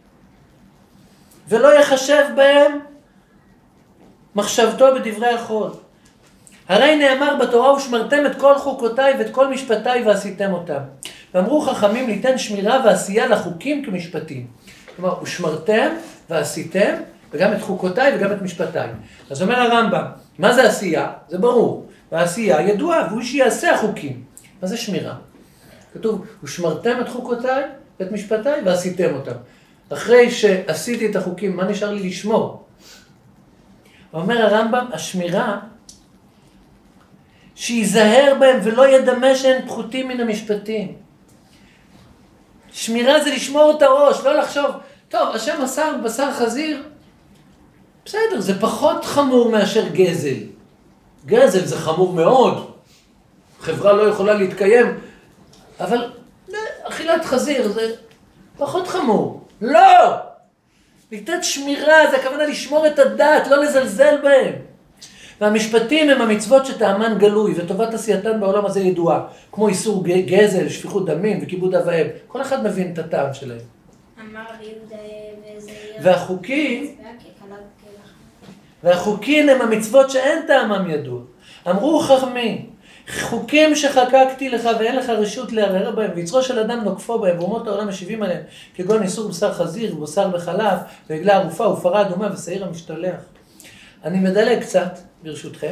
Speaker 1: ולא יחשב בהם מחשבתו בדברי החול. הרי נאמר בתורה, ושמרתם את כל חוקותיי ואת כל משפטיי ועשיתם אותם. ואמרו חכמים, ניתן שמירה ועשייה לחוקים כמשפטים. כלומר, ושמרתם ועשיתם, וגם את חוקותיי וגם את משפטיי. אז אומר הרמב"ם, מה זה עשייה? זה ברור. והעשייה ידועה, והוא שיעשה החוקים. מה זה שמירה? כתוב, ושמרתם את חוקותיי ואת משפטיי ועשיתם אותם. אחרי שעשיתי את החוקים, מה נשאר לי לשמור? אומר הרמב"ם, השמירה, שיזהר בהם ולא ידמה שהן פחותים מן המשפטים. שמירה זה לשמור את הראש, לא לחשוב, טוב, השם אסר בשר חזיר, בסדר, זה פחות חמור מאשר גזל. גזל זה חמור מאוד. חברה לא יכולה להתקיים, אבל אכילת חזיר זה פחות חמור. לא! לתת שמירה, זה הכוונה לשמור את הדת, לא לזלזל בהם. והמשפטים הם המצוות שטעמן גלוי, וטובת עשייתן בעולם הזה ידועה, כמו איסור גזל, שפיכות דמים וכיבוד אב ואם. כל אחד מבין את הטעם שלהם.
Speaker 2: אמר יהודה וזה...
Speaker 1: והחוקים, והחוקים הם המצוות שאין טעמם ידוע. אמרו חכמים, חוקים שחקקתי לך ואין לך רשות לערער בהם, ויצרו של אדם נוקפו בהם, ואומות העולם משיבים עליהם, כגון איסור בשר חזיר, ובשר בחלב, ועגלה ערופה, ופרה אדומה, ושעיר המשתלח. אני מדלג קצת, ברשותכם.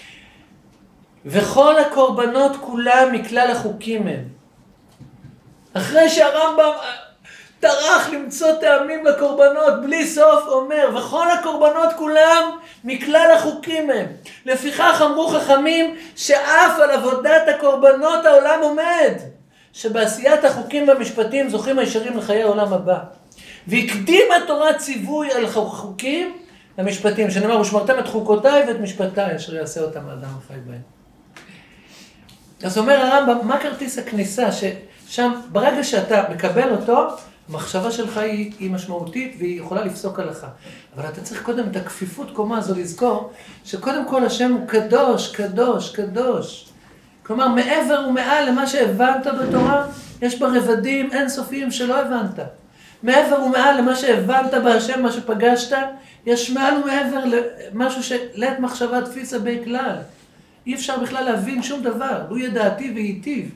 Speaker 1: וכל הקורבנות כולם מכלל החוקים הם. אחרי שהרמב"ם טרח למצוא טעמים לקורבנות, בלי סוף אומר, וכל הקורבנות כולם מכלל החוקים הם. לפיכך אמרו חכמים שאף על עבודת הקורבנות העולם עומד, שבעשיית החוקים והמשפטים זוכים הישרים לחיי העולם הבא. והקדים התורה ציווי על חוקים למשפטים, שנאמר, ושמרתם את חוקותיי ואת משפטיי, אשר יעשה אותם האדם החי בהם. אז אומר הרמב"ם, מה כרטיס הכניסה? ששם, ברגע שאתה מקבל אותו, המחשבה שלך היא, היא משמעותית והיא יכולה לפסוק הלכה. אבל אתה צריך קודם את הכפיפות קומה הזו לזכור, שקודם כל השם הוא קדוש, קדוש, קדוש. כלומר, מעבר ומעל למה שהבנת בתורה, יש בה רבדים אינסופיים שלא הבנת. מעבר ומעל למה שהבנת בהשם, מה שפגשת, יש מעל ומעבר למשהו שלית מחשבה תפיסה בי כלל. אי אפשר בכלל להבין שום דבר, הוא ידעתי וייטיב.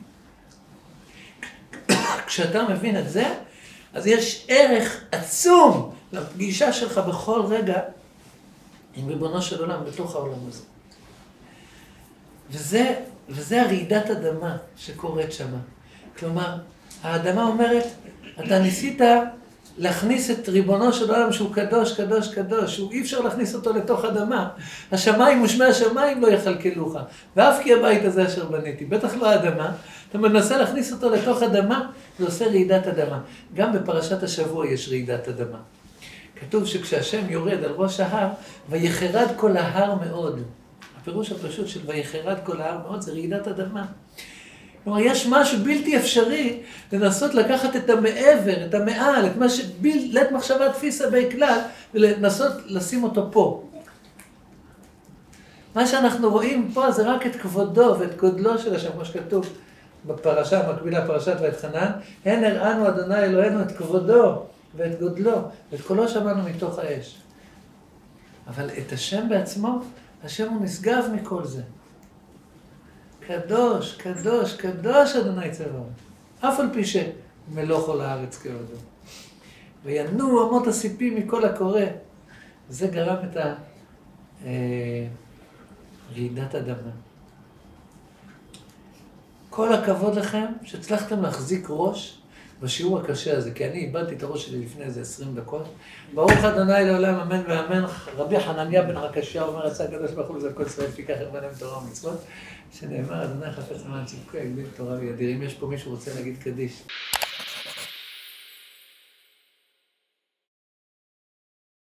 Speaker 1: כשאתה מבין את זה, אז יש ערך עצום לפגישה שלך בכל רגע עם ריבונו של עולם בתוך העולם הזה. וזה, וזה הרעידת אדמה שקורית שמה. כלומר, האדמה אומרת, אתה ניסית להכניס את ריבונו של עולם שהוא קדוש, קדוש, קדוש, שהוא אי אפשר להכניס אותו לתוך אדמה. השמיים ושמי השמיים לא יחלקלוך, ואף כי הבית הזה אשר בניתי, בטח לא האדמה, אתה מנסה להכניס אותו לתוך אדמה, זה עושה רעידת אדמה. גם בפרשת השבוע יש רעידת אדמה. כתוב שכשהשם יורד על ראש ההר, ויחרד כל ההר מאוד. הפירוש הפשוט של ויחרד כל ההר מאוד זה רעידת אדמה. כלומר, יש משהו בלתי אפשרי לנסות לקחת את המעבר, את המעל, את מה שבלת מחשבה תפיסה בי כלל, ולנסות לשים אותו פה. מה שאנחנו רואים פה זה רק את כבודו ואת גודלו של השם, כמו שכתוב בפרשה המקבילה, פרשת ואתחנן, הן הראנו אדוני אלוהינו את כבודו ואת גודלו, ואת קולו שמענו מתוך האש. אבל את השם בעצמו, השם הוא נשגב מכל זה. קדוש, קדוש, קדוש אדוני צבאות. אף על פי שמלוך כל הארץ כעודו. וינועו אמות הסיפים מכל הקורא. זה גרם את רעידת אדמה. כל הכבוד לכם שהצלחתם להחזיק ראש בשיעור הקשה הזה, כי אני איבדתי את הראש שלי לפני איזה עשרים דקות. ברוך אדוני לעולם, אמן ואמן. רבי חנניה בן חקשיה אומר, עשה הקדוש ברוך הוא לזה כל ישראל, פיקח ירבנם תורה ומצוות, שנאמר, אדוני חפץ למען צדקו, יגדיל תורה וידיר. אם יש פה מישהו רוצה להגיד קדיש.